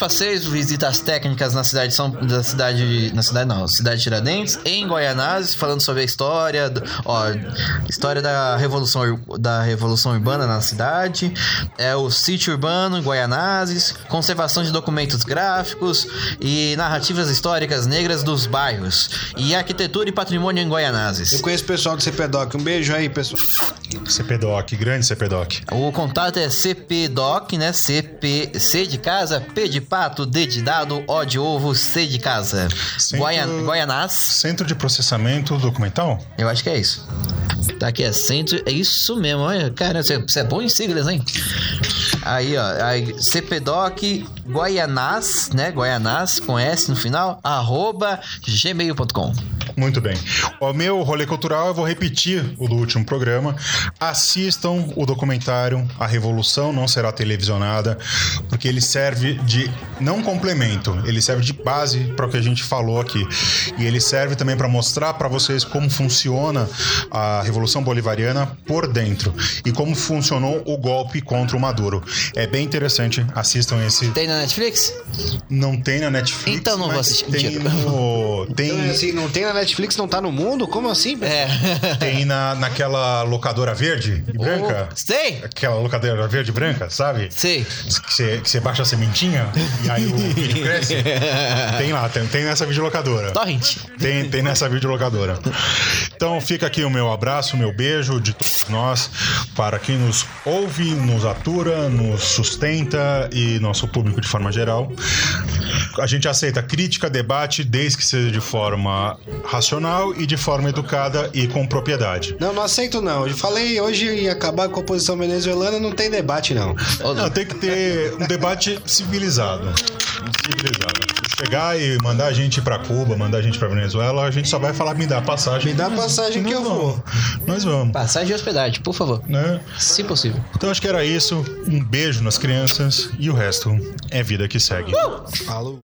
Tarefa 6, visitas técnicas na cidade cidade de Tiradentes, em Guaianazes, falando sobre a história, história da Revolução Urbana na cidade, o sítio urbano em Guaianazes, conservação de documentos gráficos e narrativas históricas negras dos bairros, e arquitetura e patrimônio em Guaianazes. Eu conheço o pessoal do CPDOC, um beijo aí, pessoal. CPDOC, grande CPDOC. O contato é CPDOC, né? C de casa, P de pato, D de dado, O de ovo, C de casa. Guaianás. Centro de Processamento Documental? Eu acho que é isso. Tá aqui, é centro. É isso mesmo, olha. Cara, você é bom em siglas, hein? Aí, ó. CPDOC Guaianás, né? Guaianás com S no final, @gmail.com. Muito bem. O meu rolê cultural, eu vou repetir o do último programa. Assistam o documentário A Revolução Não Será Televisionada, porque ele serve de, não complemento, ele serve de base para o que a gente falou aqui. E ele serve também para mostrar para vocês como funciona a Revolução Bolivariana por dentro e como funcionou o golpe contra o Maduro. É bem interessante, assistam esse. Tem na Netflix? Não tem na Netflix. Então não vou assistir. Tem Então, assim, não tem na Netflix, não tá no mundo? Como assim? Tem naquela locadora verde e branca. Sei! Aquela locadora verde e branca, sabe? Sei. Que você baixa a sementinha e aí o vídeo cresce. Tem lá, tem nessa videolocadora. Torrent. Tem nessa videolocadora. Então fica aqui o meu abraço, o meu beijo de todos nós, para quem nos ouve, nos atura, nos sustenta e nosso público de forma geral. A gente aceita crítica, debate, desde que seja de forma racional e de forma educada e com propriedade. Não aceito não. Eu falei hoje em acabar com a oposição venezuelana, não tem debate não. Não, tem que ter um debate civilizado. Chegar e mandar a gente pra Cuba, mandar a gente pra Venezuela, a gente só vai falar, me dá passagem. Me dá passagem que eu vou. Nós vamos. Passagem de hospedagem, por favor. Né? Se possível. Então acho que era isso. Um beijo nas crianças e o resto é vida que segue. Falou.